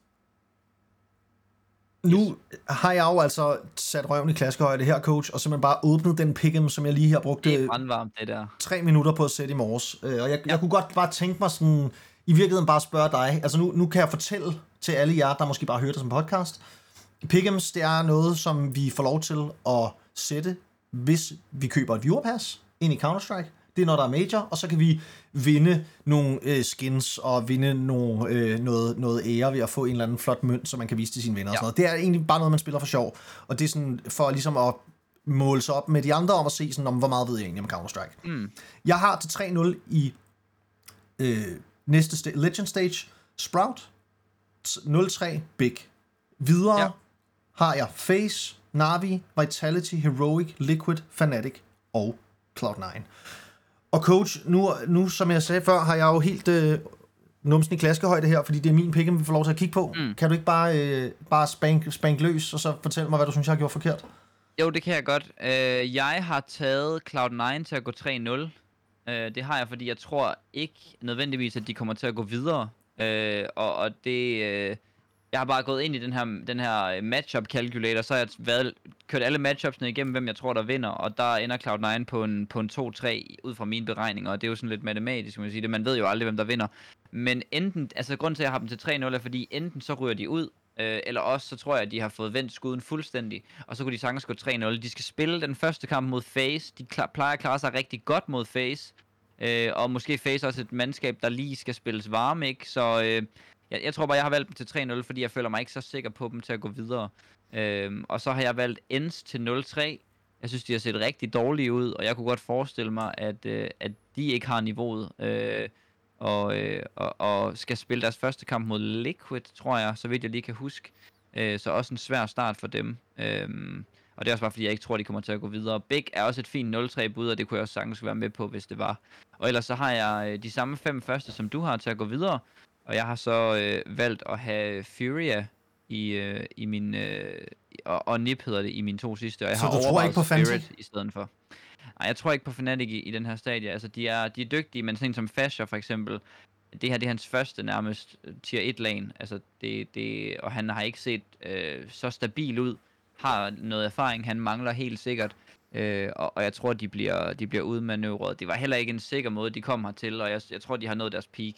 Nu har jeg jo altså sat røven i klaskehøjde her, coach, og simpelthen bare åbnet den pick'em, som jeg lige har brugt det er brandvarmt, det der. 3 minutter på at sætte i morges. Og jeg kunne godt bare tænke mig sådan, i virkeligheden bare spørge dig, altså nu kan jeg fortælle til alle jer, der måske bare hører det som podcast. Pick'ems, det er noget, som vi får lov til at sætte, hvis vi køber et viewerpass ind i Counter-Strike. Det er når der er major, og så kan vi vinde nogle skins og vinde noget ære ved at få en eller anden flot mønt, som man kan vise til sine venner og sådan noget. Det er egentlig bare noget, man spiller for sjov. Og det er sådan for ligesom at måles op med de andre om at se, sådan, om hvor meget ved jeg egentlig om Counter-Strike. Jeg har til 3-0 i næste Legend Stage, Sprout, 0-3, Big. Videre har jeg FaZe, Na'Vi, Vitality, Heroic, Liquid, Fnatic og Cloud9. Og coach, nu som jeg sagde før, har jeg jo helt numsen i klaskehøjde her, fordi det er min pick, vi får lov til at kigge på. Kan du ikke bare spank løs, og så fortælle mig, hvad du synes, jeg har gjort forkert? Jo, det kan jeg godt. Jeg har taget Cloud9 til at gå 3-0. Det har jeg, fordi jeg tror ikke nødvendigvis, at de kommer til at gå videre. Og det... Jeg har bare gået ind i den her matchup calculator, så har jeg kørt alle matchupsene igennem, hvem jeg tror, der vinder, og der ender Cloud9 på en 2-3 ud fra mine beregninger, og det er jo sådan lidt matematisk, man sige det. Man ved jo aldrig, hvem der vinder. Men enten, altså grunden til, at jeg har dem til 3-0, er fordi enten så ryger de ud, eller også så tror jeg, at de har fået vendt skuden fuldstændig, og så kunne de sagtens gå 3-0. De skal spille den første kamp mod FaZe. De plejer at klare sig rigtig godt mod FaZe, og måske FaZe også et mandskab, der lige skal spilles varme, ikke? Så jeg tror bare, jeg har valgt dem til 3-0, fordi jeg føler mig ikke så sikker på dem til at gå videre. Og så har jeg valgt ENCE til 0-3. Jeg synes, de har set rigtig dårlige ud, og jeg kunne godt forestille mig, at de ikke har niveauet. Og skal spille deres første kamp mod Liquid, tror jeg, så vidt jeg lige kan huske. Så også en svær start for dem. Og det er også bare, fordi jeg ikke tror, de kommer til at gå videre. Big er også et fint 0-3 bud, og det kunne jeg også sagtens være med på, hvis det var. Og ellers så har jeg de samme 5 første, som du har til at gå videre. Og jeg har så valgt at have Furia i min... og Nip hedder det i mine 2 sidste. Og jeg så har du tror ikke på Spirit i stedet for. Nej, jeg tror ikke på Fnatic i den her stadie. Altså, de er dygtige, men sådan en som Fasher for eksempel, det her det er hans første nærmest tier 1 lane. Altså, og han har ikke set så stabil ud. Har noget erfaring, han mangler helt sikkert. Og jeg tror, de bliver udmanøvreret. Det var heller ikke en sikker måde, de kom hertil, og jeg tror, de har nået deres peak.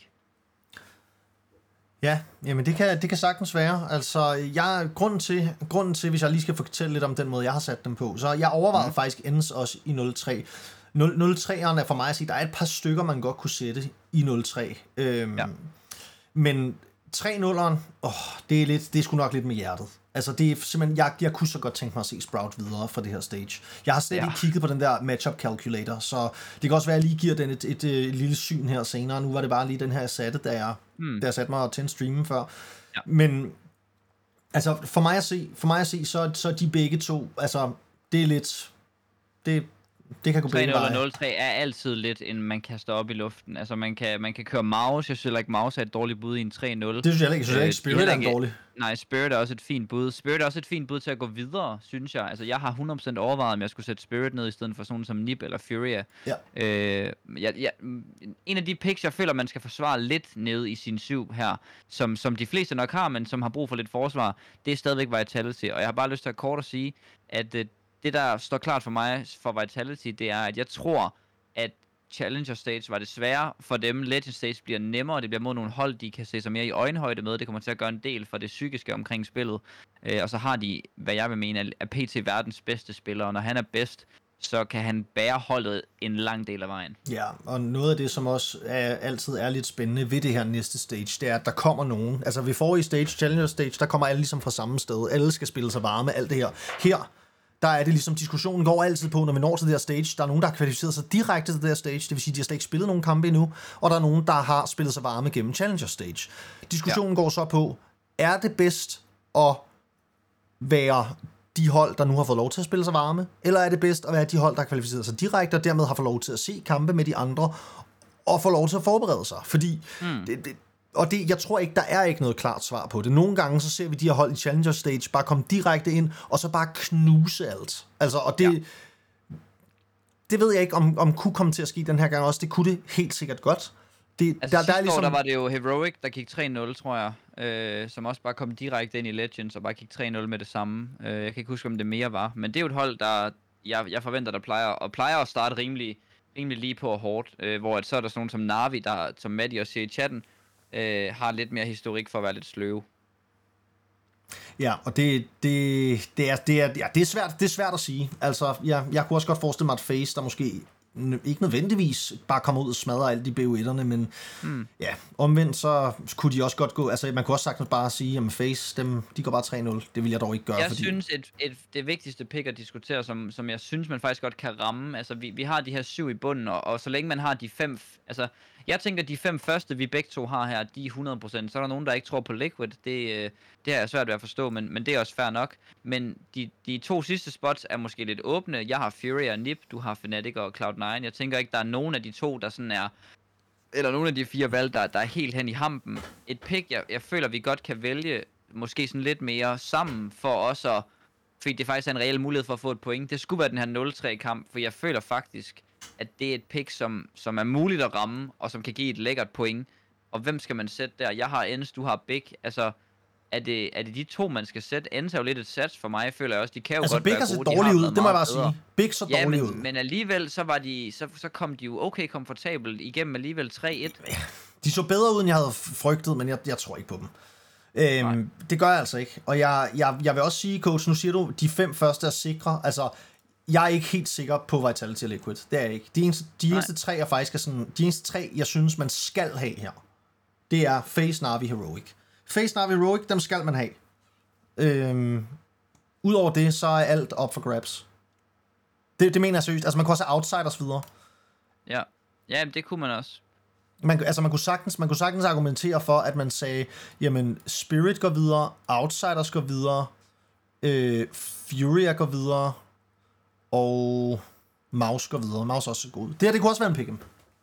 Ja, jamen det kan sagtens være. Altså, grunden til, hvis jeg lige skal fortælle lidt om den måde, jeg har sat dem på, så jeg overvejede faktisk ENCE også i 0-3. 0-3'eren er for mig at sige, der er et par stykker, man godt kunne sætte i 0-3. Men 3-0'eren, det er sgu nok lidt med hjertet. Altså, det er simpelthen, jeg kunne så godt tænke mig at se Sprout videre fra det her stage. Jeg har slet ikke kigget på den der matchup calculator, så det kan også være, at jeg lige giver den et lille syn her senere. Nu var det bare lige den her, jeg satte, da jeg satte mig til en streamen før. Ja. Men, altså, for mig at se, så er de begge to, altså, det er lidt... Det kan gå begge veje. 3-0 og 0-3 er altid lidt, end man kaster op i luften. Altså, man kan køre Mouse. Jeg synes ikke, Mouse er et dårligt bud i en 3-0. Det synes jeg ikke. Jeg synes Spirit er en dårlig. Nej, Spirit er også et fint bud. Spirit er også et fint bud til at gå videre, synes jeg. Altså, jeg har 100% overvejet, om jeg skulle sætte Spirit ned, i stedet for sådan som Nip eller Furia. Ja. En af de picks, jeg føler, man skal forsvare lidt nede i sin 7 her, som de fleste nok har, men som har brug for lidt forsvar, det er stadigvæk Vitality. Og jeg har bare lyst til at kort at sige, at det, der står klart for mig for Vitality, det er, at jeg tror, at Challenger Stage var det svære for dem. Legend Stage bliver nemmere, det bliver mod nogle hold, de kan se sig mere i øjenhøjde med. Det kommer til at gøre en del for det psykiske omkring spillet. Og så har de, hvad jeg vil mene, er PT verdens bedste spiller, og når han er bedst, så kan han bære holdet en lang del af vejen. Ja, og noget af det, som også altid er lidt spændende ved det her næste stage, det er, at der kommer nogen. Altså ved forrige stage, Challenger Stage, der kommer alle ligesom fra samme sted. Alle skal spille sig varme, alt det her. Her, der er det ligesom, diskussionen går altid på, når vi når til det her stage. Der er nogen, der har kvalificeret sig direkte til det her stage, det vil sige, de har slet ikke spillet nogen kampe endnu, og der er nogen, der har spillet sig varme gennem Challenger Stage. Diskussionen går så på, er det bedst at være de hold, der nu har fået lov til at spille sig varme, eller er det bedst at være de hold, der har kvalificeret sig direkte, og dermed har fået lov til at se kampe med de andre, og få lov til at forberede sig? Fordi jeg tror ikke, der er ikke noget klart svar på det. Nogle gange så ser vi de her hold i Challenger Stage bare komme direkte ind, og så bare knuse alt. Altså, og det ved jeg ikke, om kunne komme til at ske den her gang også. Det kunne det helt sikkert godt. Der var det jo Heroic, der gik 3-0, tror jeg, som også bare kom direkte ind i Legends, og bare gik 3-0 med det samme. Jeg kan ikke huske, om det mere var. Men det er jo et hold, der jeg forventer, der plejer at starte rimelig lige på og hårdt. Hvor så er der sådan nogen som Na'Vi, der, som Maddie også siger i chatten, har lidt mere historik for at være lidt sløve. Ja, og det er svært at sige. Altså, jeg kunne også godt forestille mig, at FaZe, der måske ikke nødvendigvis bare kommer ud og smadrer alle de BO1'erne, men ja, omvendt så kunne de også godt gå, altså man kunne også sagtens bare sige, at Face, de går bare 3-0. Det vil jeg dog ikke gøre, jeg synes, det vigtigste pick at diskutere, som jeg synes, man faktisk godt kan ramme, altså vi har de her 7 i bunden, og så længe man har de 5, altså jeg tænker, de 5 første, vi begge to har her, de er 100%, så er der nogen, der ikke tror på Liquid, det har jeg svært ved at forstå, men det er også fair nok, men de 2 sidste spots er måske lidt åbne, jeg har Fury og Nip, du har Fnatic og Cloud9, jeg tænker ikke, der er nogen af de 2, der sådan er, eller nogen af de 4 valg, der er helt hen i hampen. Et pick, jeg føler, vi godt kan vælge, måske sådan lidt mere sammen, for også at, fordi det faktisk er en reel mulighed for at få et point. Det skulle være den her 0-3 kamp, for jeg føler faktisk, at det er et pick, som er muligt at ramme, og som kan give et lækkert point. Og hvem skal man sætte der? Jeg har Ens, du har Big, altså er det de 2, man skal sætte? Ens er jo lidt et sats for mig, føler jeg også. De kan jo altså, godt Big være gode. Altså Big ser dårligt ud, det må jeg bare sige. Big så dårligt ud. Men alligevel, så kom de jo okay komfortabelt igennem alligevel 3-1. De så bedre ud, end jeg havde frygtet, men jeg tror ikke på dem. Det gør jeg altså ikke. Og jeg vil også sige, coach, nu siger du, de 5 første er sikre. Altså, jeg er ikke helt sikker på Vitality og Liquid. Det er jeg ikke. De eneste 3 er faktisk sådan, de eneste 3, jeg synes, man skal have her, det er Face, Na'Vi, Heroic. Face, Na'Vi, Heroic, dem skal man have. Udover det, så er alt op for grabs. Det mener jeg seriøst. Altså, man kunne også have Outsiders videre. Ja, det kunne man også. Man kunne sagtens argumentere for, at man sagde, jamen, Spirit går videre, Outsiders går videre, Furia går videre, og Mouse går videre. Mouse er også god. Det kunne også være en pick'em.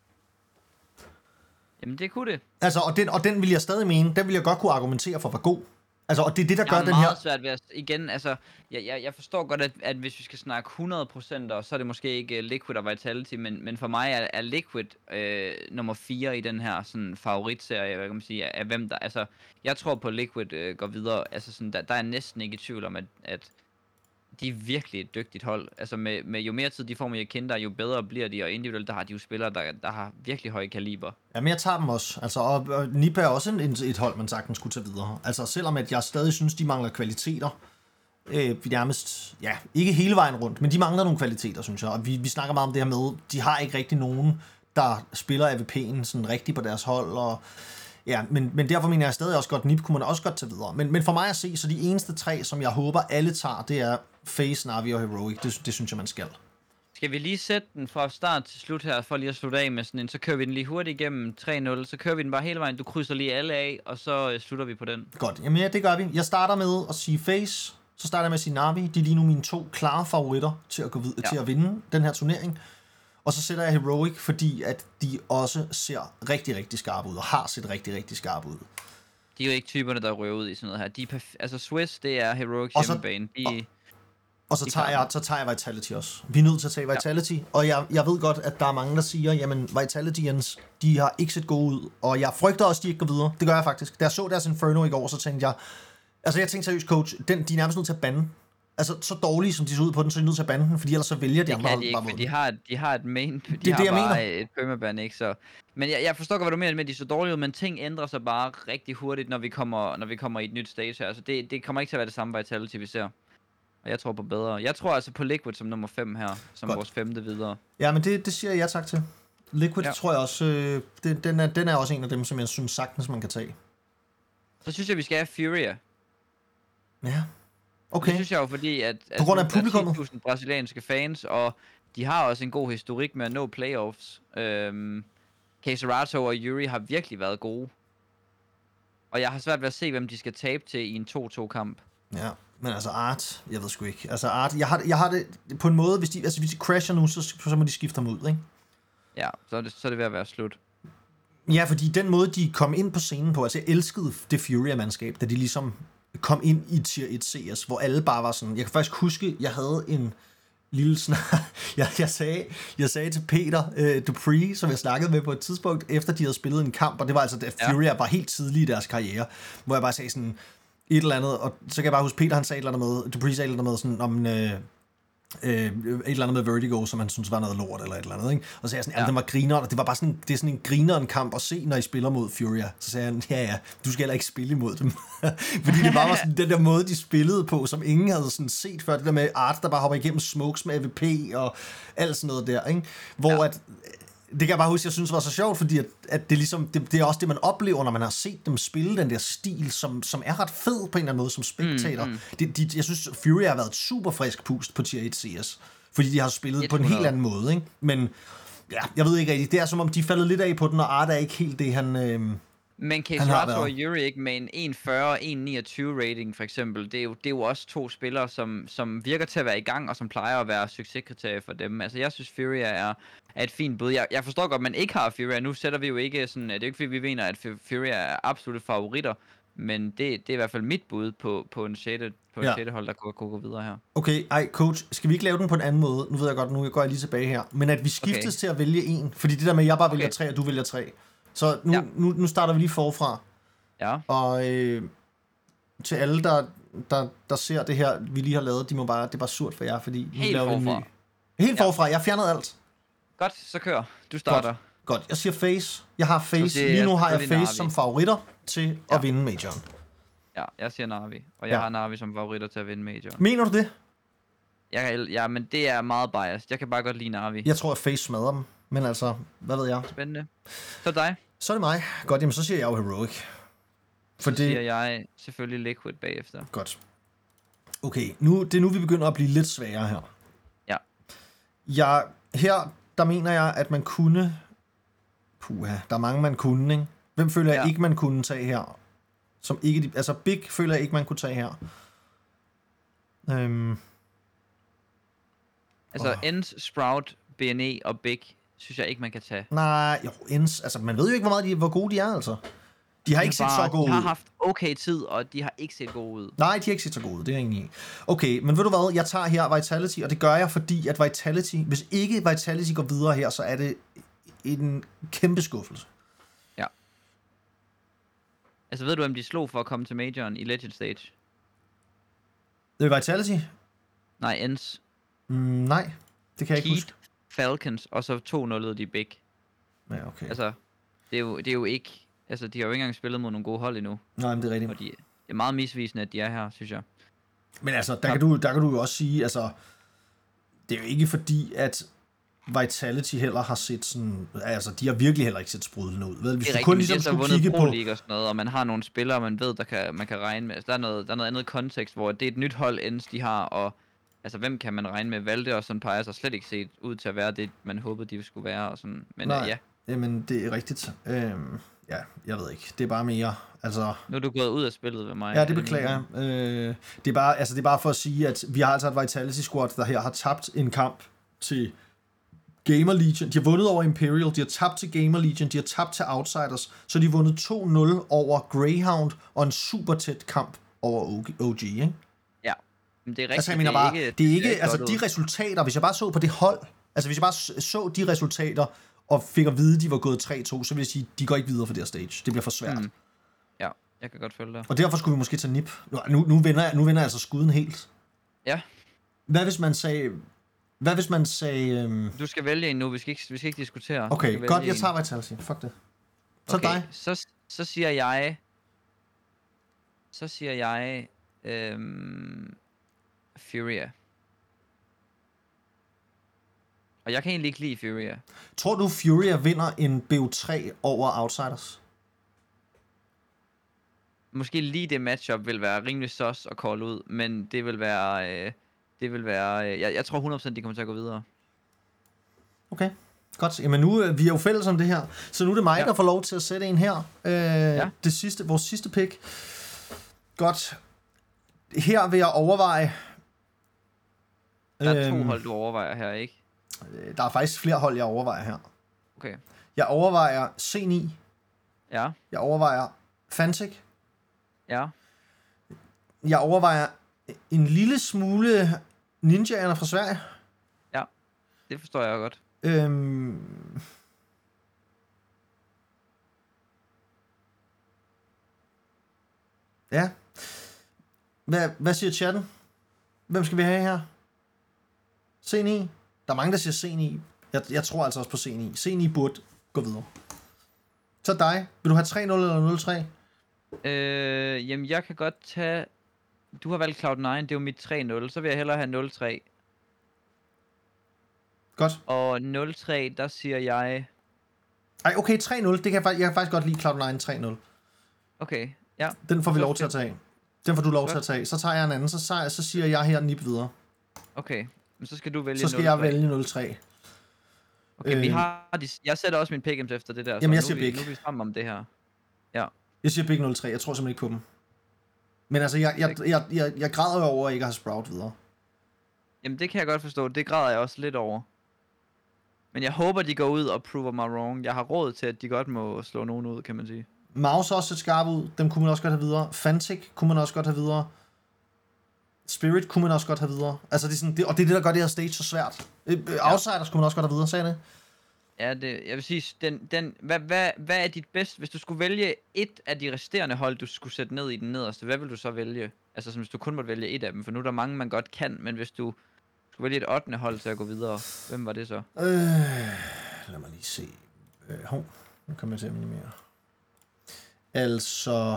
Jamen, det kunne det. Altså, og den vil jeg stadig mene, den vil jeg godt kunne argumentere for, var god. Altså, og det er det, der gør den her... Jeg har meget svært ved at... Igen, altså, jeg forstår godt, at hvis vi skal snakke 100%, så er det måske ikke Liquid og Vitality, men for mig er Liquid nummer 4 i den her sådan favoritserie, hvad kan man sige, af hvem der... Altså, jeg tror på, Liquid går videre. Altså, sådan, der er næsten ikke i tvivl om, at de er virkelig et dygtigt hold. Altså, med jo mere tid de får med Jakinda, jo bedre bliver de, og individuelt, der har de jo spillere, der har virkelig høje kaliber. Ja, men jeg tager dem også. Altså, og Nipa er også et hold, man sagtens skulle tage videre. Altså, selvom at jeg stadig synes, de mangler kvaliteter, vi nærmest, ja, ikke hele vejen rundt, men de mangler nogle kvaliteter, synes jeg. Og vi snakker meget om det her med, de har ikke rigtig nogen, der spiller AVP'en sådan rigtigt på deres hold, og ja, men derfor mener jeg stadig også godt, Nip kunne man også godt tage videre. Men for mig at se, så de eneste 3, som jeg håber alle tager, det er Face, Na'Vi og Heroic. Det synes jeg, man skal. Skal vi lige sætte den fra start til slut her, for lige at slutte af med sådan en, så kører vi den lige hurtigt igennem 3-0, så kører vi den bare hele vejen, du krydser lige alle af, og så slutter vi på den. Godt, jamen ja, det gør vi. Jeg starter med at sige Face, så starter jeg med at sige Na'Vi. De er lige nu mine 2 klare favoritter til at gå videre, til at vinde den her turnering. Og så sætter jeg Heroic, fordi at de også ser rigtig, rigtig skarpe ud, og har set rigtig, rigtig skarpe ud. De er jo ikke typerne, der røver ud i sådan noget her. De er altså Swiss, det er Heroic hjemmebane. Og så tager jeg Vitality også. Vi er nødt til at tage Vitality, og jeg ved godt, at der er mange, der siger, jamen Vitalityens, de har ikke set gode ud, og jeg frygter også, de ikke går videre. Det gør jeg faktisk. Da jeg så deres Inferno i går, så tænkte jeg tænkte seriøst, coach, de er nærmest nødt til at bande. Altså, så dårlige, som de ser ud på den, så er de nødt til at bande den, fordi ellers så vælger de andre hold bare mod. De har et main, det har bare et permaban, ikke? Så, men jeg forstår godt, hvad du mener med, at de er så dårlige ud, men ting ændrer sig bare rigtig hurtigt, når vi kommer i et nyt stage her. Altså, det kommer ikke til at være det samme Vitality, vi ser. Og jeg tror på bedre. Jeg tror altså på Liquid som nummer 5 her, som godt. Vores 5. videre. Ja, men det siger jeg tak til. Liquid tror jeg også, den er også en af dem, som jeg synes sagtens, man kan tage. Så synes jeg, vi skal have Furia. Ja. Okay. Det synes jeg jo, fordi at på grund af publikummet. 10.000 brasilianske fans, og de har også en god historik med at nå playoffs. Caserato og Yuri har virkelig været gode. Og jeg har svært ved at se, hvem de skal tabe til i en 2-2-kamp. Ja, men altså Art, jeg ved sgu ikke. Altså Art, jeg har det på en måde, hvis de crasher nu, så må de skifte ham ud, ikke? Ja, så er det ved at være slut. Ja, fordi den måde, de kom ind på scenen på, altså jeg elskede det Furia-mandskab, da de ligesom kom ind i Tier 1 CS, hvor alle bare var sådan, jeg kan faktisk huske, jeg havde en lille snak, jeg sagde til Peter Dupree, som jeg snakkede med på et tidspunkt, efter de havde spillet en kamp, og det var altså, da Furia var helt tidlig i deres karriere, hvor jeg bare sagde sådan, et eller andet, og så kan jeg bare huske, Peter han sagde et eller andet med, Dupree sagde et eller andet med sådan, et eller andet med Vertigo, som han synes var noget lort, eller et eller andet, ikke? Og så sagde jeg sådan, Ja. den var grineren, og det var bare sådan, det er sådan en grineren kamp at se, når I spiller mod Furia. Så sagde han, ja, du skal heller ikke spille imod dem. Fordi det bare var sådan den der måde, de spillede på, som ingen havde sådan set før, det der med Art, der bare hopper igennem smokes med AVP, og alt sådan noget der, ikke? Hvor at, det kan jeg bare huske, jeg synes var så sjovt, fordi at det, ligesom, det er også det, man oplever, når man har set dem spille den der stil, som er ret fed på en eller anden måde, som spectator. Jeg synes, Fury har været et super frisk pust på Tier 1 CS, fordi de har spillet 100. På en helt anden måde, ikke? Men ja, jeg ved ikke rigtigt, det er som om, de faldet lidt af på den, og Art er ikke helt det, han men Case og Yuri ikke med en 1.40 og 1.29 rating for eksempel, det er jo også to spillere, som virker til at være i gang, og som plejer at være succeskriterier for dem. Altså jeg synes Furia er et fint bud. Jeg forstår godt, at man ikke har Furia. Nu sætter vi jo ikke sådan, det er jo ikke fordi vi mener, at Furia er absolutte favoritter, men det er i hvert fald mit bud på en 6. hold, der kunne gå videre her. Okay, coach, skal vi ikke lave den på en anden måde? Nu ved jeg godt, nu går jeg lige tilbage her. Men at vi skiftes til at vælge en, fordi det der med, at jeg bare vælger 3, og du vælger 3. Så nu starter vi lige forfra. Ja. Og til alle, der ser det her, vi lige har lavet, det er bare surt for jer, fordi nu laver vi en ny. Helt forfra, jeg har fjernet alt. Godt, så kør. Du starter. Godt. Jeg siger Face. Jeg har Face. Lige nu har jeg Face Na'Vi som favoritter til at vinde majoren. Ja, jeg siger Na'Vi. Og jeg har Na'Vi som favoritter til at vinde majoren. Mener du det? Ja, men det er meget biased. Jeg kan bare godt lide Na'Vi. Jeg tror, at Face smadrer dem. Men altså, hvad ved jeg? Spændende. Så dig. Så er det mig. Godt, jamen så siger jeg jo Heroic. Så siger jeg selvfølgelig Liquid bagefter. Godt. Okay, det er nu, vi begynder at blive lidt sværere her. Ja. Her, der mener jeg, at man kunne... Puha, der er mange, man kunne, ikke? Hvem føler jeg ikke, man kunne tage her? Som ikke... Altså, Big føler jeg ikke, man kunne tage her. Ens, Sprout, BNE og Big, synes jeg ikke, man kan tage. Nej, jo, Ens... Altså, man ved jo ikke, hvor gode de er, altså. De har ikke set så gode ud. De har haft okay tid, og de har ikke set gode ud. Nej, de har ikke set så gode ud, det er jeg egentlig ikke. Okay, men ved du hvad, jeg tager her Vitality, og det gør jeg, fordi at Vitality, hvis ikke Vitality går videre her, så er det en kæmpe skuffelse. Ja. Altså, ved du, hvem de slog for at komme til majoren i Legend Stage? Det er Vitality? Nej, Ens. Nej, det kan jeg ikke huske. Falcons, og så 2-0'ede de Big. Ja, okay. Altså, det er jo ikke... Altså, de har jo ikke engang spillet mod nogle gode hold endnu. Nej, men det er rigtigt. Og det er meget misvisende, at de er her, synes jeg. Men altså, der kan du jo også sige, altså... Det er jo ikke fordi, at Vitality heller har set sådan... Altså, de har virkelig heller ikke set sprudlende ud. Vel? Hvis det er kun rigtigt, ligesom men skulle kigge på... League og sådan noget, og man har nogle spillere, man ved, man kan regne med. Altså, der er noget andet kontekst, hvor det er et nyt hold, Ens de har, og... Altså, hvem kan man regne med? Valde og sådan peger sig slet ikke set ud til at være det, man håbede, de skulle være, og sådan. Men ja. Jamen, det er rigtigt. Ja, jeg ved ikke. Det er bare mere, altså... Nu er du gået ud af spillet ved mig. Ja, det beklager jeg. Det er bare for at sige, at vi har altså et Vitality Squad, der her har tabt en kamp til Gamer Legion. De har vundet over Imperial, de har tabt til Gamer Legion, de har tabt til Outsiders, så de har vundet 2-0 over Greyhound, og en super tæt kamp over OG, ikke? Ja, men det er rigtigt. Altså, jeg mener bare, det er ikke altså de resultater, hvis jeg bare så på det hold, altså hvis jeg bare så de resultater, og fik at vide, at de var gået 3-2, så vil jeg sige, at de går ikke videre for det her stage. Det bliver for svært. Ja, jeg kan godt følge det. Og derfor skulle vi måske tage nip. Nu vender jeg altså skuden helt. Ja. Hvad hvis man sagde... Du skal vælge en nu, vi skal ikke diskutere. Okay, godt, jeg tager Vitality. Fuck det. Så okay, dig. Så siger jeg... Furia. Og jeg kan egentlig ikke lide Furia. Tror du, Furia vinder en BO3 over Outsiders? Måske lige det matchup vil være rimelig sus at call ud, men det vil være... jeg tror 100% de kommer til at gå videre. Okay, godt. Jamen nu, vi er jo fælles om det her, så nu er det mig, der får lov til at sætte en her. Vores sidste pick. Godt. Her vil jeg overveje... Der er 2 hold, du overvejer her, ikke? Der er faktisk flere hold, jeg overvejer her. Okay. Jeg overvejer C9. Ja. Jeg overvejer Fnatic. Ja. Jeg overvejer en lille smule ninjaerne fra Sverige. Ja, det forstår jeg godt. Ja. Hvad siger chatten? Hvem skal vi have her? C9. Der er mange, der siger C9. Jeg tror altså også på C9. C9 burde gå videre. Så dig. Vil du have 3-0 eller 0-3? Jamen, jeg kan godt tage... Du har valgt Cloud9, det er jo mit 3-0. Så vil jeg hellere have 0-3. Godt. Og 0-3, der siger jeg... Ej, okay, 3-0. Det kan jeg kan faktisk godt lide Cloud9 3-0. Okay, ja. Den får vi lov til at tage. Den får du lov til at tage. Så tager jeg en anden. Så siger jeg her nip videre. Okay, men så skal du vælge 0-3. Så skal jeg vælge 0-3. Okay, vi har jeg sætter også min pick'ems efter det der. Jamen, jeg så siger big. Nu er vi sammen om det her. Ja. Jeg siger big 0-3. Jeg tror simpelthen ikke på dem. Men altså, jeg græder jo over, at jeg ikke har Sprout videre. Jamen, det kan jeg godt forstå. Det græder jeg også lidt over. Men jeg håber, de går ud og prover mig wrong. Jeg har råd til, at de godt må slå nogen ud, kan man sige. Mouse også et skarp ud. Dem kunne man også godt have videre. Fantic kunne man også godt have videre. Spirit kunne man også godt have videre. Altså, det er sådan, og det er det, der gør det her stage så svært. Outsiders kunne man også godt have videre, sagde det? Ja, jeg vil sige, hvad er dit bedste, hvis du skulle vælge et af de resterende hold, du skulle sætte ned i den nederste, hvad vil du så vælge? Altså, hvis du kun måtte vælge et af dem, for nu er der mange, man godt kan, men hvis du skulle vælge et 8. hold til at gå videre, hvem var det så? Lad mig lige se. Nu kan man til at minimere. Altså,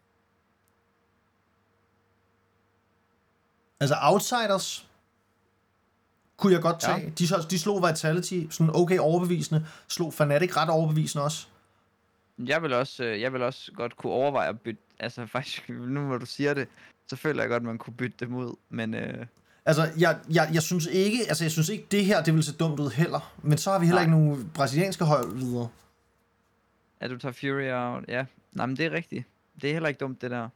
Outsiders kunne jeg godt tage. Ja. De slog Vitality sådan okay overbevisende. Slog Fnatic ret overbevisende også. Jeg vil også godt kunne overveje at bytte. Altså faktisk, nu hvor du siger det, så føler jeg godt, at man kunne bytte dem ud. Men altså, jeg synes ikke, det her, det vil se dumt ud heller. Men så har vi heller ikke nogen brasilianske hold videre. Ja, du tager Fury out. Ja, nej, men det er rigtigt. Det er heller ikke dumt, det der.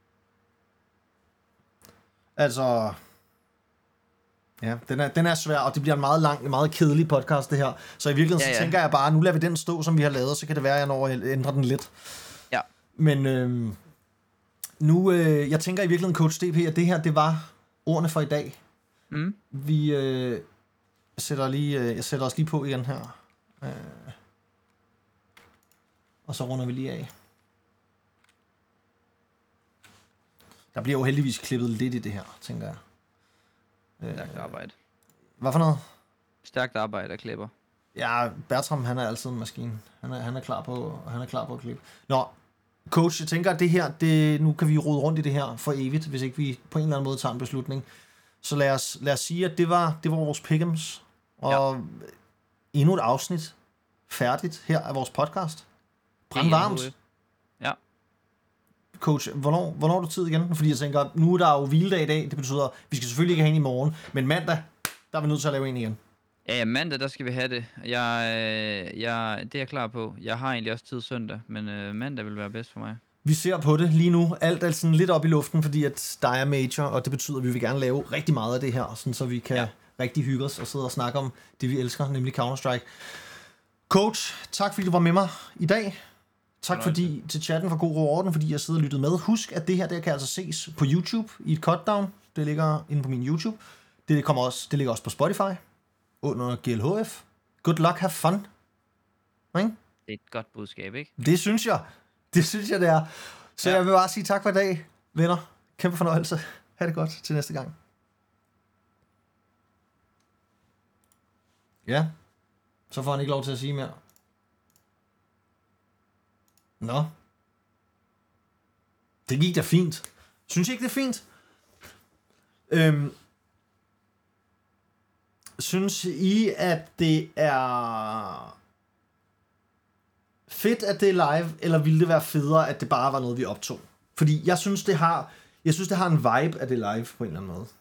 Altså, ja, den er svær, og det bliver en meget lang, meget kedelig podcast, det her. Så i virkeligheden, så tænker jeg bare, nu lader vi den stå, som vi har lavet, så kan det være, at jeg når at ændre den lidt. Ja. Men nu, jeg tænker i virkeligheden, Coach DP, at det her, det var ordene for i dag. Vi jeg sætter os lige på igen her. Og så runder vi lige af. Der bliver jo heldigvis klippet lidt i det her, tænker jeg. Stærkt arbejde. Hvad for noget? Stærkt arbejde af klipper. Ja, Bertram, han er altid en maskine. Han er klar på at klippe. Nå, coach, jeg tænker, at det her, nu kan vi rode rundt i det her for evigt, hvis ikke vi på en eller anden måde tager en beslutning. Så lad os sige, at det var vores pick'ems. Og endnu et afsnit færdigt her af vores podcast. Brandvarmt. Ja. Coach, hvornår er du tid igen? Fordi jeg tænker, nu er der jo hviledag i dag. Det betyder, at vi skal selvfølgelig ikke have en i morgen. Men mandag, der er vi nødt til at lave en igen. Ja, mandag, der skal vi have det. Det er jeg klar på. Jeg har egentlig også tid søndag, men mandag vil være bedst for mig. Vi ser på det lige nu. Alt er sådan lidt op i luften, fordi at der er major, og det betyder, at vi vil gerne lave rigtig meget af det her, sådan så vi kan rigtig hygge os og sidde og snakke om det, vi elsker, nemlig Counter-Strike. Coach, tak fordi du var med mig i dag. Tak fordi til chatten for god ro og orden, fordi jeg sidder og lyttede med. Husk, at det her kan altså ses på YouTube i et cutdown. Det ligger inde på min YouTube. Det ligger også på Spotify under GLHF. Good luck, have fun. Ikke? Det er et godt budskab, ikke? Det synes jeg, det er. Så jeg vil bare sige tak for i dag, venner. Kæmpe fornøjelse. Ha' det godt til næste gang. Ja, så får han ikke lov til at sige mere. Nå. Det gik da fint. Synes I ikke, det er fint? Synes I, at det er fedt, at det er live, eller ville det være federe, at det bare var noget, vi optog? Fordi jeg synes, det har en vibe, at det er live på en eller anden måde.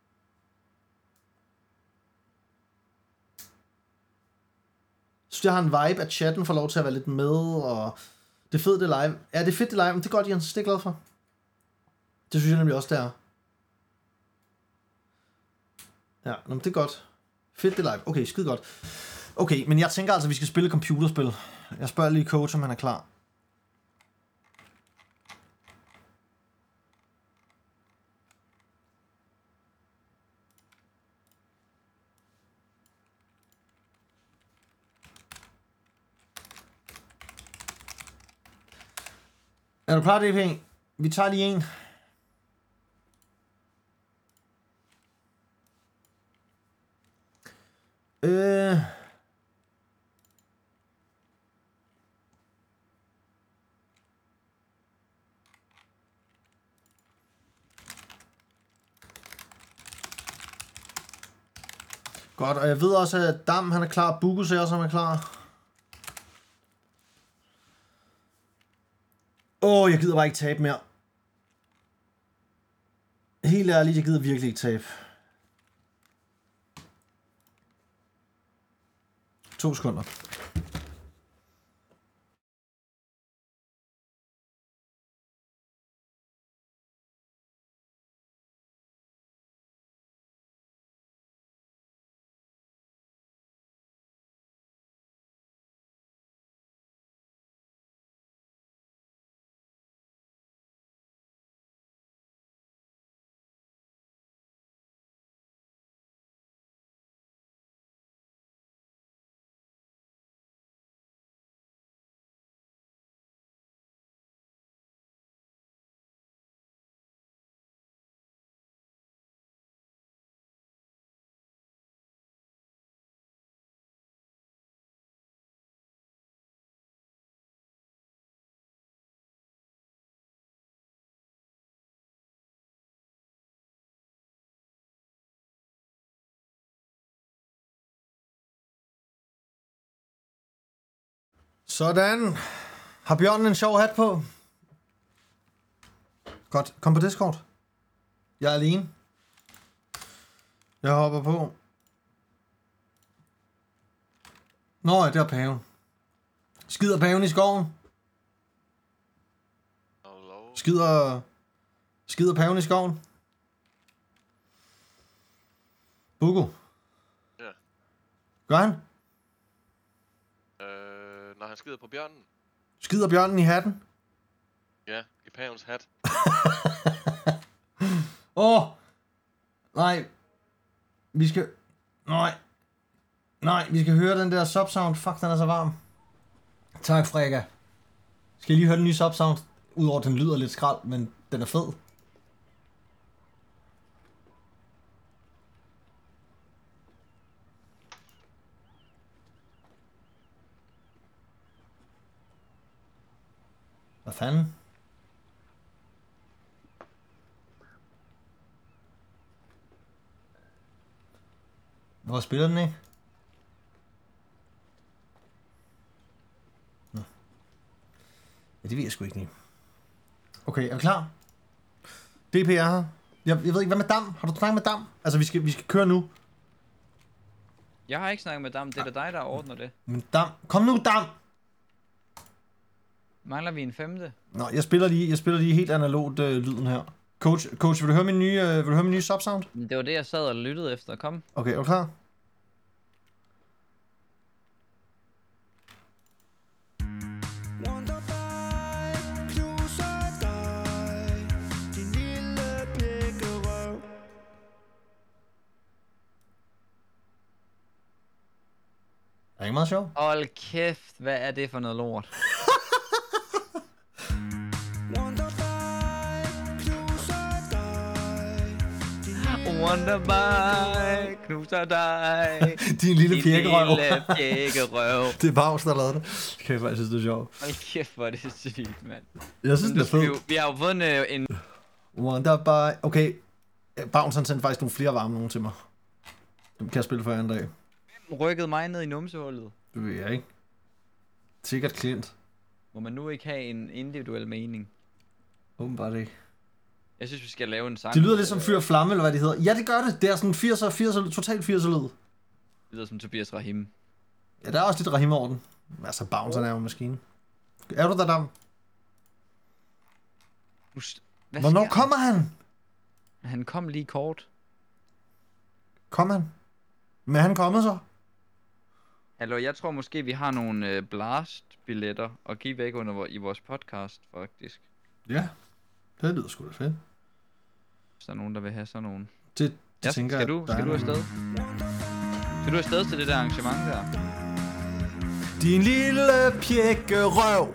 Jeg synes, det har en vibe, at chatten får lov til at være lidt med, og det er fedt, det er live. Ja, det er fedt, det er live, men det er godt, Jens. Det er jeg glad for. Det synes jeg nemlig også, det er. Ja, men det er godt. Fedt, det er live. Okay, skide godt. Okay, men jeg tænker altså, at vi skal spille computerspil. Jeg spørger lige coach, om han er klar. Er du klar, DP? Vi tager lige en. Øh... Godt, og jeg ved også, at Dam han er klar. Bugo ser også, han er klar. Jeg gider bare ikke tabe mere. Helt ærligt, jeg gider virkelig ikke tabe. 2 sekunder. Sådan. Har Bjørnen en sjov hat på? Godt. Kom på Discord. Jeg er alene. Jeg hopper på. Nå ja, det er paven. Skider paven i skoven? Skider paven i skoven? Bugo? Ja. Gør han? Når han skider på bjørnen? Skider bjørnen i hatten? Ja, i pavens hat. Nej. Vi skal... Nej, vi skal høre den der subsound. Fuck, den er så varm. Tak, Frega. Skal jeg lige høre den nye subsound? Udover den lyder lidt skrald, men den er fed. Hvad fanden? Hvor spiller den ikke? Nå. Ja, det ved jeg sgu ikke lige. Okay, er vi klar? DP er her. Jeg ved ikke, hvad med Dam? Har du snakket med Dam? Altså, vi skal køre nu. Jeg har ikke snakket med Dam. Det er da dig, der ordner det. Men Dam, kom nu, Dam! Mangler vi en femte? Nå, jeg spiller lige helt analogt lyden her. Coach, vil du høre min nye subsound? Det var det, jeg sad og lyttede efter. Kom. Okay, er du klar? Er ikke meget sjov? Hold kæft, hvad er det for noget lort? Wonderby, knuser dig. Din lille pjekkerøv. Lille pjekkerøv. Det er Baus, der lavede det. Okay, jeg synes, det er sjovt. Hold kæft, hvor er det sygt, mand. Jeg synes, det er fedt. Vi har jo vundet en... Wonderby. Okay, Baus han sendte faktisk nogle flere varme nogen til mig. Dem kan jeg spille for en dag. Rykkede mig ned i numsehullet. Det ved jeg ikke. Sikkert klient. Må man nu ikke have en individuel mening? Åbenbart ikke. Jeg synes, vi skal lave en sang. Det lyder lidt som Fyr og Flamme, eller hvad det hedder. Ja, det gør det. Det er sådan 80'er, totalt 80'er lyd. Det lyder som Tobias Rahim. Ja, der er også lidt Rahim over den. Altså, Bouncer er jo en maskine. Er du der, Dam? Hvornår kommer han? Han kom lige kort. Kom han? Men er han kommet så? Hallo, jeg tror måske, vi har nogle blast-billetter at give væk i vores podcast, faktisk. Ja, det lyder sgu da fedt. Hvis der er nogen, der vil have sådan nogle. Det ja, tænker skal du afsted? Skal du afsted til det der arrangement der? Din lille pjekkerøv.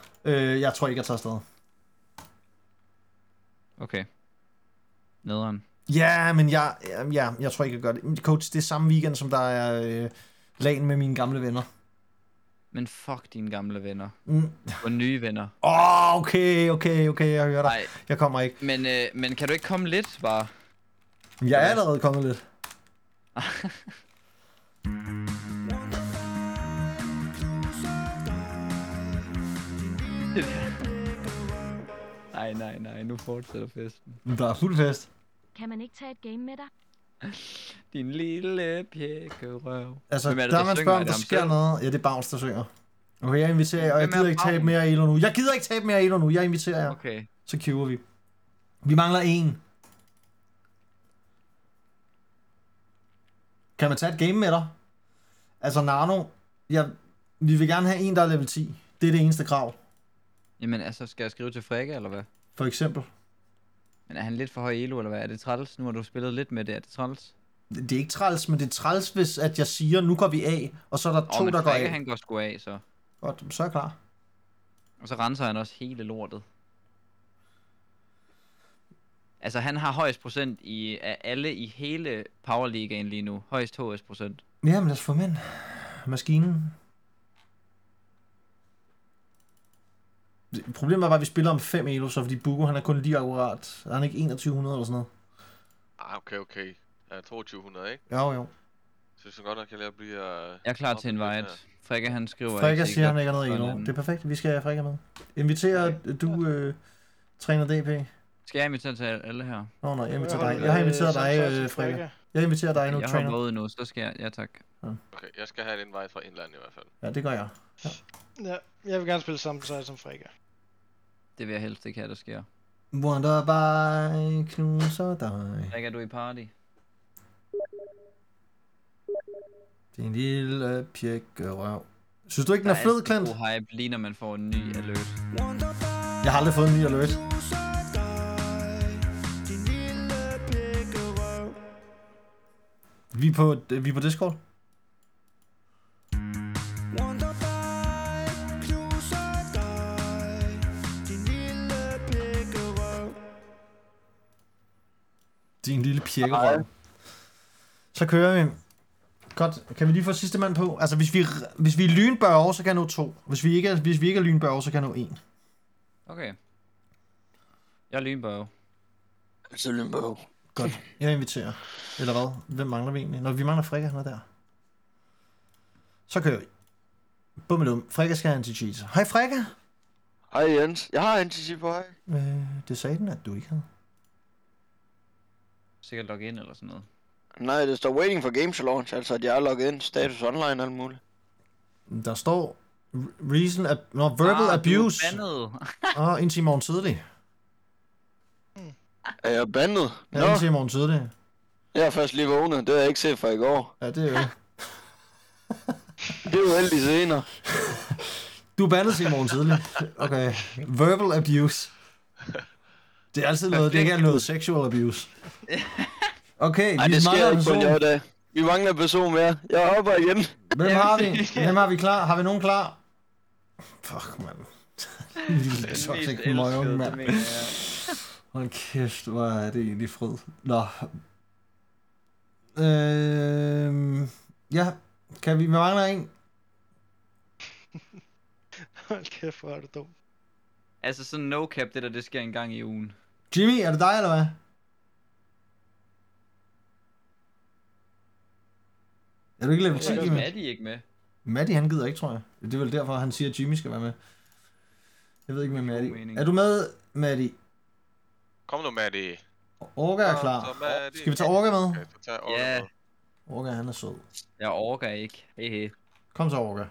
Jeg tror ikke, jeg tager afsted. Okay. Nederen. Ja, men jeg tror ikke, jeg gør det. Coach, det er samme weekend, som der er lagen med mine gamle venner. Men fuck dine gamle venner. Mm. Og nye venner. Okay, jeg hører dig. Nej. Jeg kommer ikke. Men kan du ikke komme lidt, bare? Jeg er allerede kommet lidt. Nej, nu fortsætter festen. Der er fuld fest. Kan man ikke tage et game med dig? Din lille pjekkerøv. Altså, Hvem er det, der der man synger? spørger, Er om det der ham sker selv? noget. Ja, det er Bounce, der synger. Okay, jeg inviterer jer, og jeg Hvem er gider ikke tabe Bounce? mere Elo nu. Jeg gider ikke tabe mere Elo nu. Jeg inviterer jer. Okay. Så queuer vi. Vi mangler en. Kan man tage et game med dig? Altså, Nano, vi vil gerne have en, der er level 10. Det er det eneste krav. Jamen altså, skal jeg skrive til Frikke, eller hvad? For eksempel. Men er han lidt for høj elo, eller hvad? Er det træls? Nu har du spillet lidt med det. Er det træls? Det er ikke træls, men det er træls, hvis at jeg siger, nu går vi af, og så er der to, men der går Frikke, af. han går sgu af, så. Godt, så er jeg klar. Og så renser han også hele lortet. Altså, han har højst procent af alle i hele Powerligaen lige nu. Højst HS procent. Jamen, lad os få mænd. Maskinen. Problemet er bare, at vi spiller om 5 elo, så fordi Bugo, han er kun lige akkurat. Er han ikke 2100 eller sådan noget? Okay. Ja, 2200, ikke? Jo. Så synes jeg godt nok, jeg lærer at blive... Jeg er klar til en invite. Frikke, han skriver Frikka ikke siger, han sikkert ikke er noget for en elo. anden. Det er perfekt, vi skal have Frikka med. Inviterer du træner DP? Skal jeg invitere til alle her? Nå, jeg inviterer dig. Jeg har inviteret dig, Frikka. Jeg inviterer dig nu, Jeg har træner. været nu, så skal jeg... Ja, tak. Okay, jeg skal have en invite fra indlandet i hvert fald. Ja, det gør jeg. Ja, jeg vil gerne spille samme side som Frikka. Det vil jeg helst ikke have, der sker. Wonderby knuser dig. Frikke, er du i party? Din lille pjekkerøv. Synes du ikke, den er fed, Clint? Der er god hype, lige når man får en ny alert. Jeg har aldrig fået en ny alert. Vi er på Discord. Din lille pjekkerøv. Så kører vi. Godt. Kan vi lige få sidste mand på? Altså, hvis vi er lynbørge, så kan jeg nå 2. Hvis vi ikke er lynbørge, så kan jeg nå 1. Okay. Jeg er lynbørge. Så Lynbørg. Godt. Jeg inviterer. Eller hvad? Hvem mangler vi egentlig? Når vi mangler Frikka, han er der. Så kører vi. Bummelum. Frikka skal have anti-cheat. Hej Frikka. Hej Jens. Jeg har anti på hej. Det sagde den, at du ikke havde. Sikkert logge ind eller sådan noget. Nej, det står waiting for game to launch, altså at jeg er logget ind, status online og alt muligt. Der står verbal abuse. Du er bandet. Indtil i morgen tidlig. Er jeg bandet? Ja, Nå, indtil i morgen tidlig. jeg er først lige vågnet, det har jeg ikke set fra i går. Ja, det er jo. Det er jo heldig senere. Du er bandet til i morgen tidlig. Okay. Verbal abuse. Det er altid noget, det er ikke altid noget sexual abuse. Okay, Ej, vi det sker mangler en ikke på en person. dag. Vi mangler en person mere. Jeg hopper igen. Hvem har vi klar? Har vi nogen klar? Fuck, mand. Lille toxic møgung, mand. Hold kæft, hvor er det egentlig fryd. Nå. Ja, kan vi mangler en? Hold kæft, hvor er du dum. Altså sådan no cap, det sker en gang i ugen. Jimmy, er det dig, eller hvad? Er du ikke level 10, Jimmy? Er de ikke med? Maddie, han gider ikke, tror jeg. Det er vel derfor, han siger, at Jimmy skal være med. Jeg ved ikke med Maddie. mening. Er du med, Maddie? Kom nu, Maddie. Orga er Så klar. Maddie. Skal vi tage Orga med? Okay, så tag Orga Ja. med. Orga, han er sød. Jeg orker ikke. Hehe. Kom så, Orga.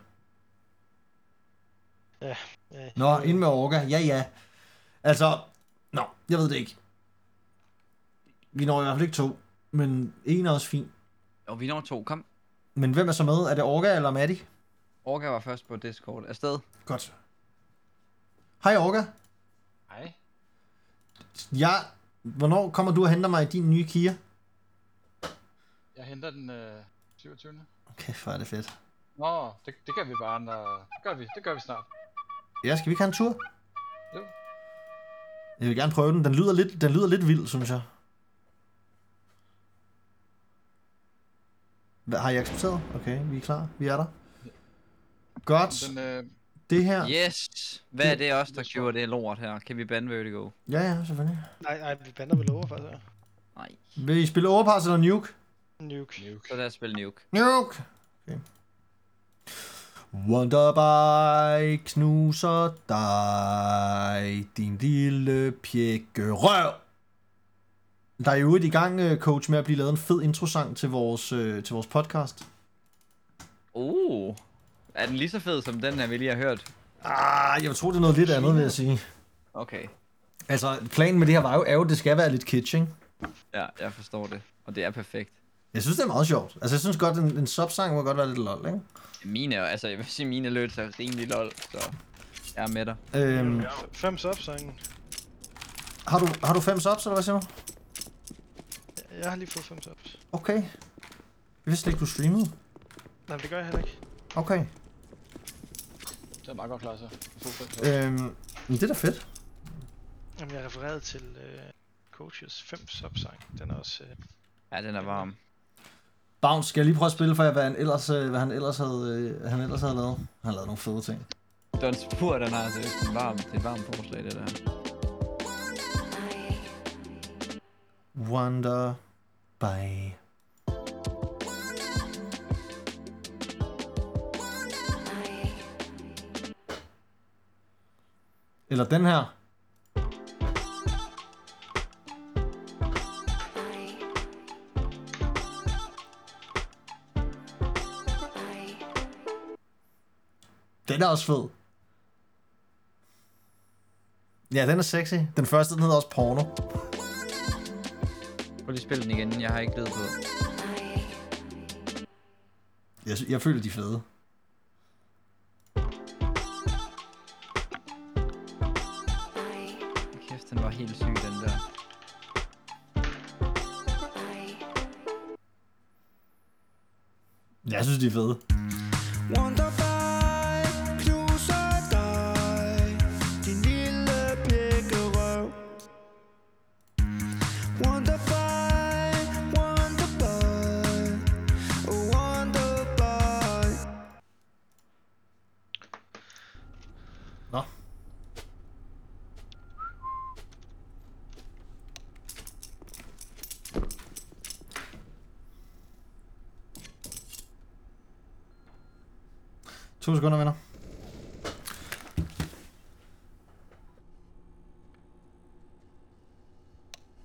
Ja, Nå, ind med Orga. Ja. Altså, jeg ved det ikke. Vi når i hvert fald ikke 2, men en er også fint. Og vi når 2. Kom. Men hvem er så med? Er det Orga eller Maddie? Orga var først på Discord. Afsted. Godt. Hej, Orga. Hej. Hvornår kommer du og henter mig i din nye Kia? Jeg henter den 27. Okay, for er det fedt. Nå, det kan vi bare, det gør vi snart. Ja, skal vi ikke have en tur? Jo. Jeg vil gerne prøve den. Den lyder lidt vild, synes jeg. Har I accepteret? Okay, vi er klar. Vi er der. Godt. Den, Det her... Yes! Hvad er det også, der gjorde det lort her? Kan vi bande Vertigo? Ja, selvfølgelig. Nej, vi bander vel over faktisk. Nej. Vil I spille Overpass eller Nuke? Nuke. Så lad os spille Nuke. Nuke! Okay. Wonderby knuser dig, din lille pjekkerøv. Der er jo i gang, coach, med at blive lavet en fed introsang til vores podcast. Er den lige så fed som den her, vi lige har hørt? Jeg tror, det er noget lidt andet, vil jeg sige. Okay. Altså, planen med det her er jo, at det skal være lidt kitsch, ikke? Ja, jeg forstår det. Og det er perfekt. Jeg synes, det er meget sjovt. Altså, jeg synes godt, en subsang må godt være lidt lol, ikke? Mine er, altså jeg vil sige, mine lød sig rimelig lol, så jeg er med dig. 5 subsange. Har du 5 subs, eller hvad siger du? Jeg har lige fået 5 subs. Okay. Jeg vidste ikke, du streamede. Nej, det gør jeg heller ikke. Okay. Det er meget godt klar så. Men det er da fedt. Jamen, jeg refererede til Coaches 5 subsang. Den er også... Ja, den er varm. Bounce, skal jeg lige prøve at spille for jer, hvad han ellers havde lavet? Han har lavet nogle fede ting. Don Spur, den har altså et varmt forslag, det der. Wonder by. Eller den her. Den er også fed. Ja, den er sexy. Den første, den hedder også porno. Prøv lige spille den igen, jeg har ikke ledet på. Jeg føler, de er fede. Kæft, den var helt syg, den der. Jeg synes, de er fede. Nå. To sekunder, venner.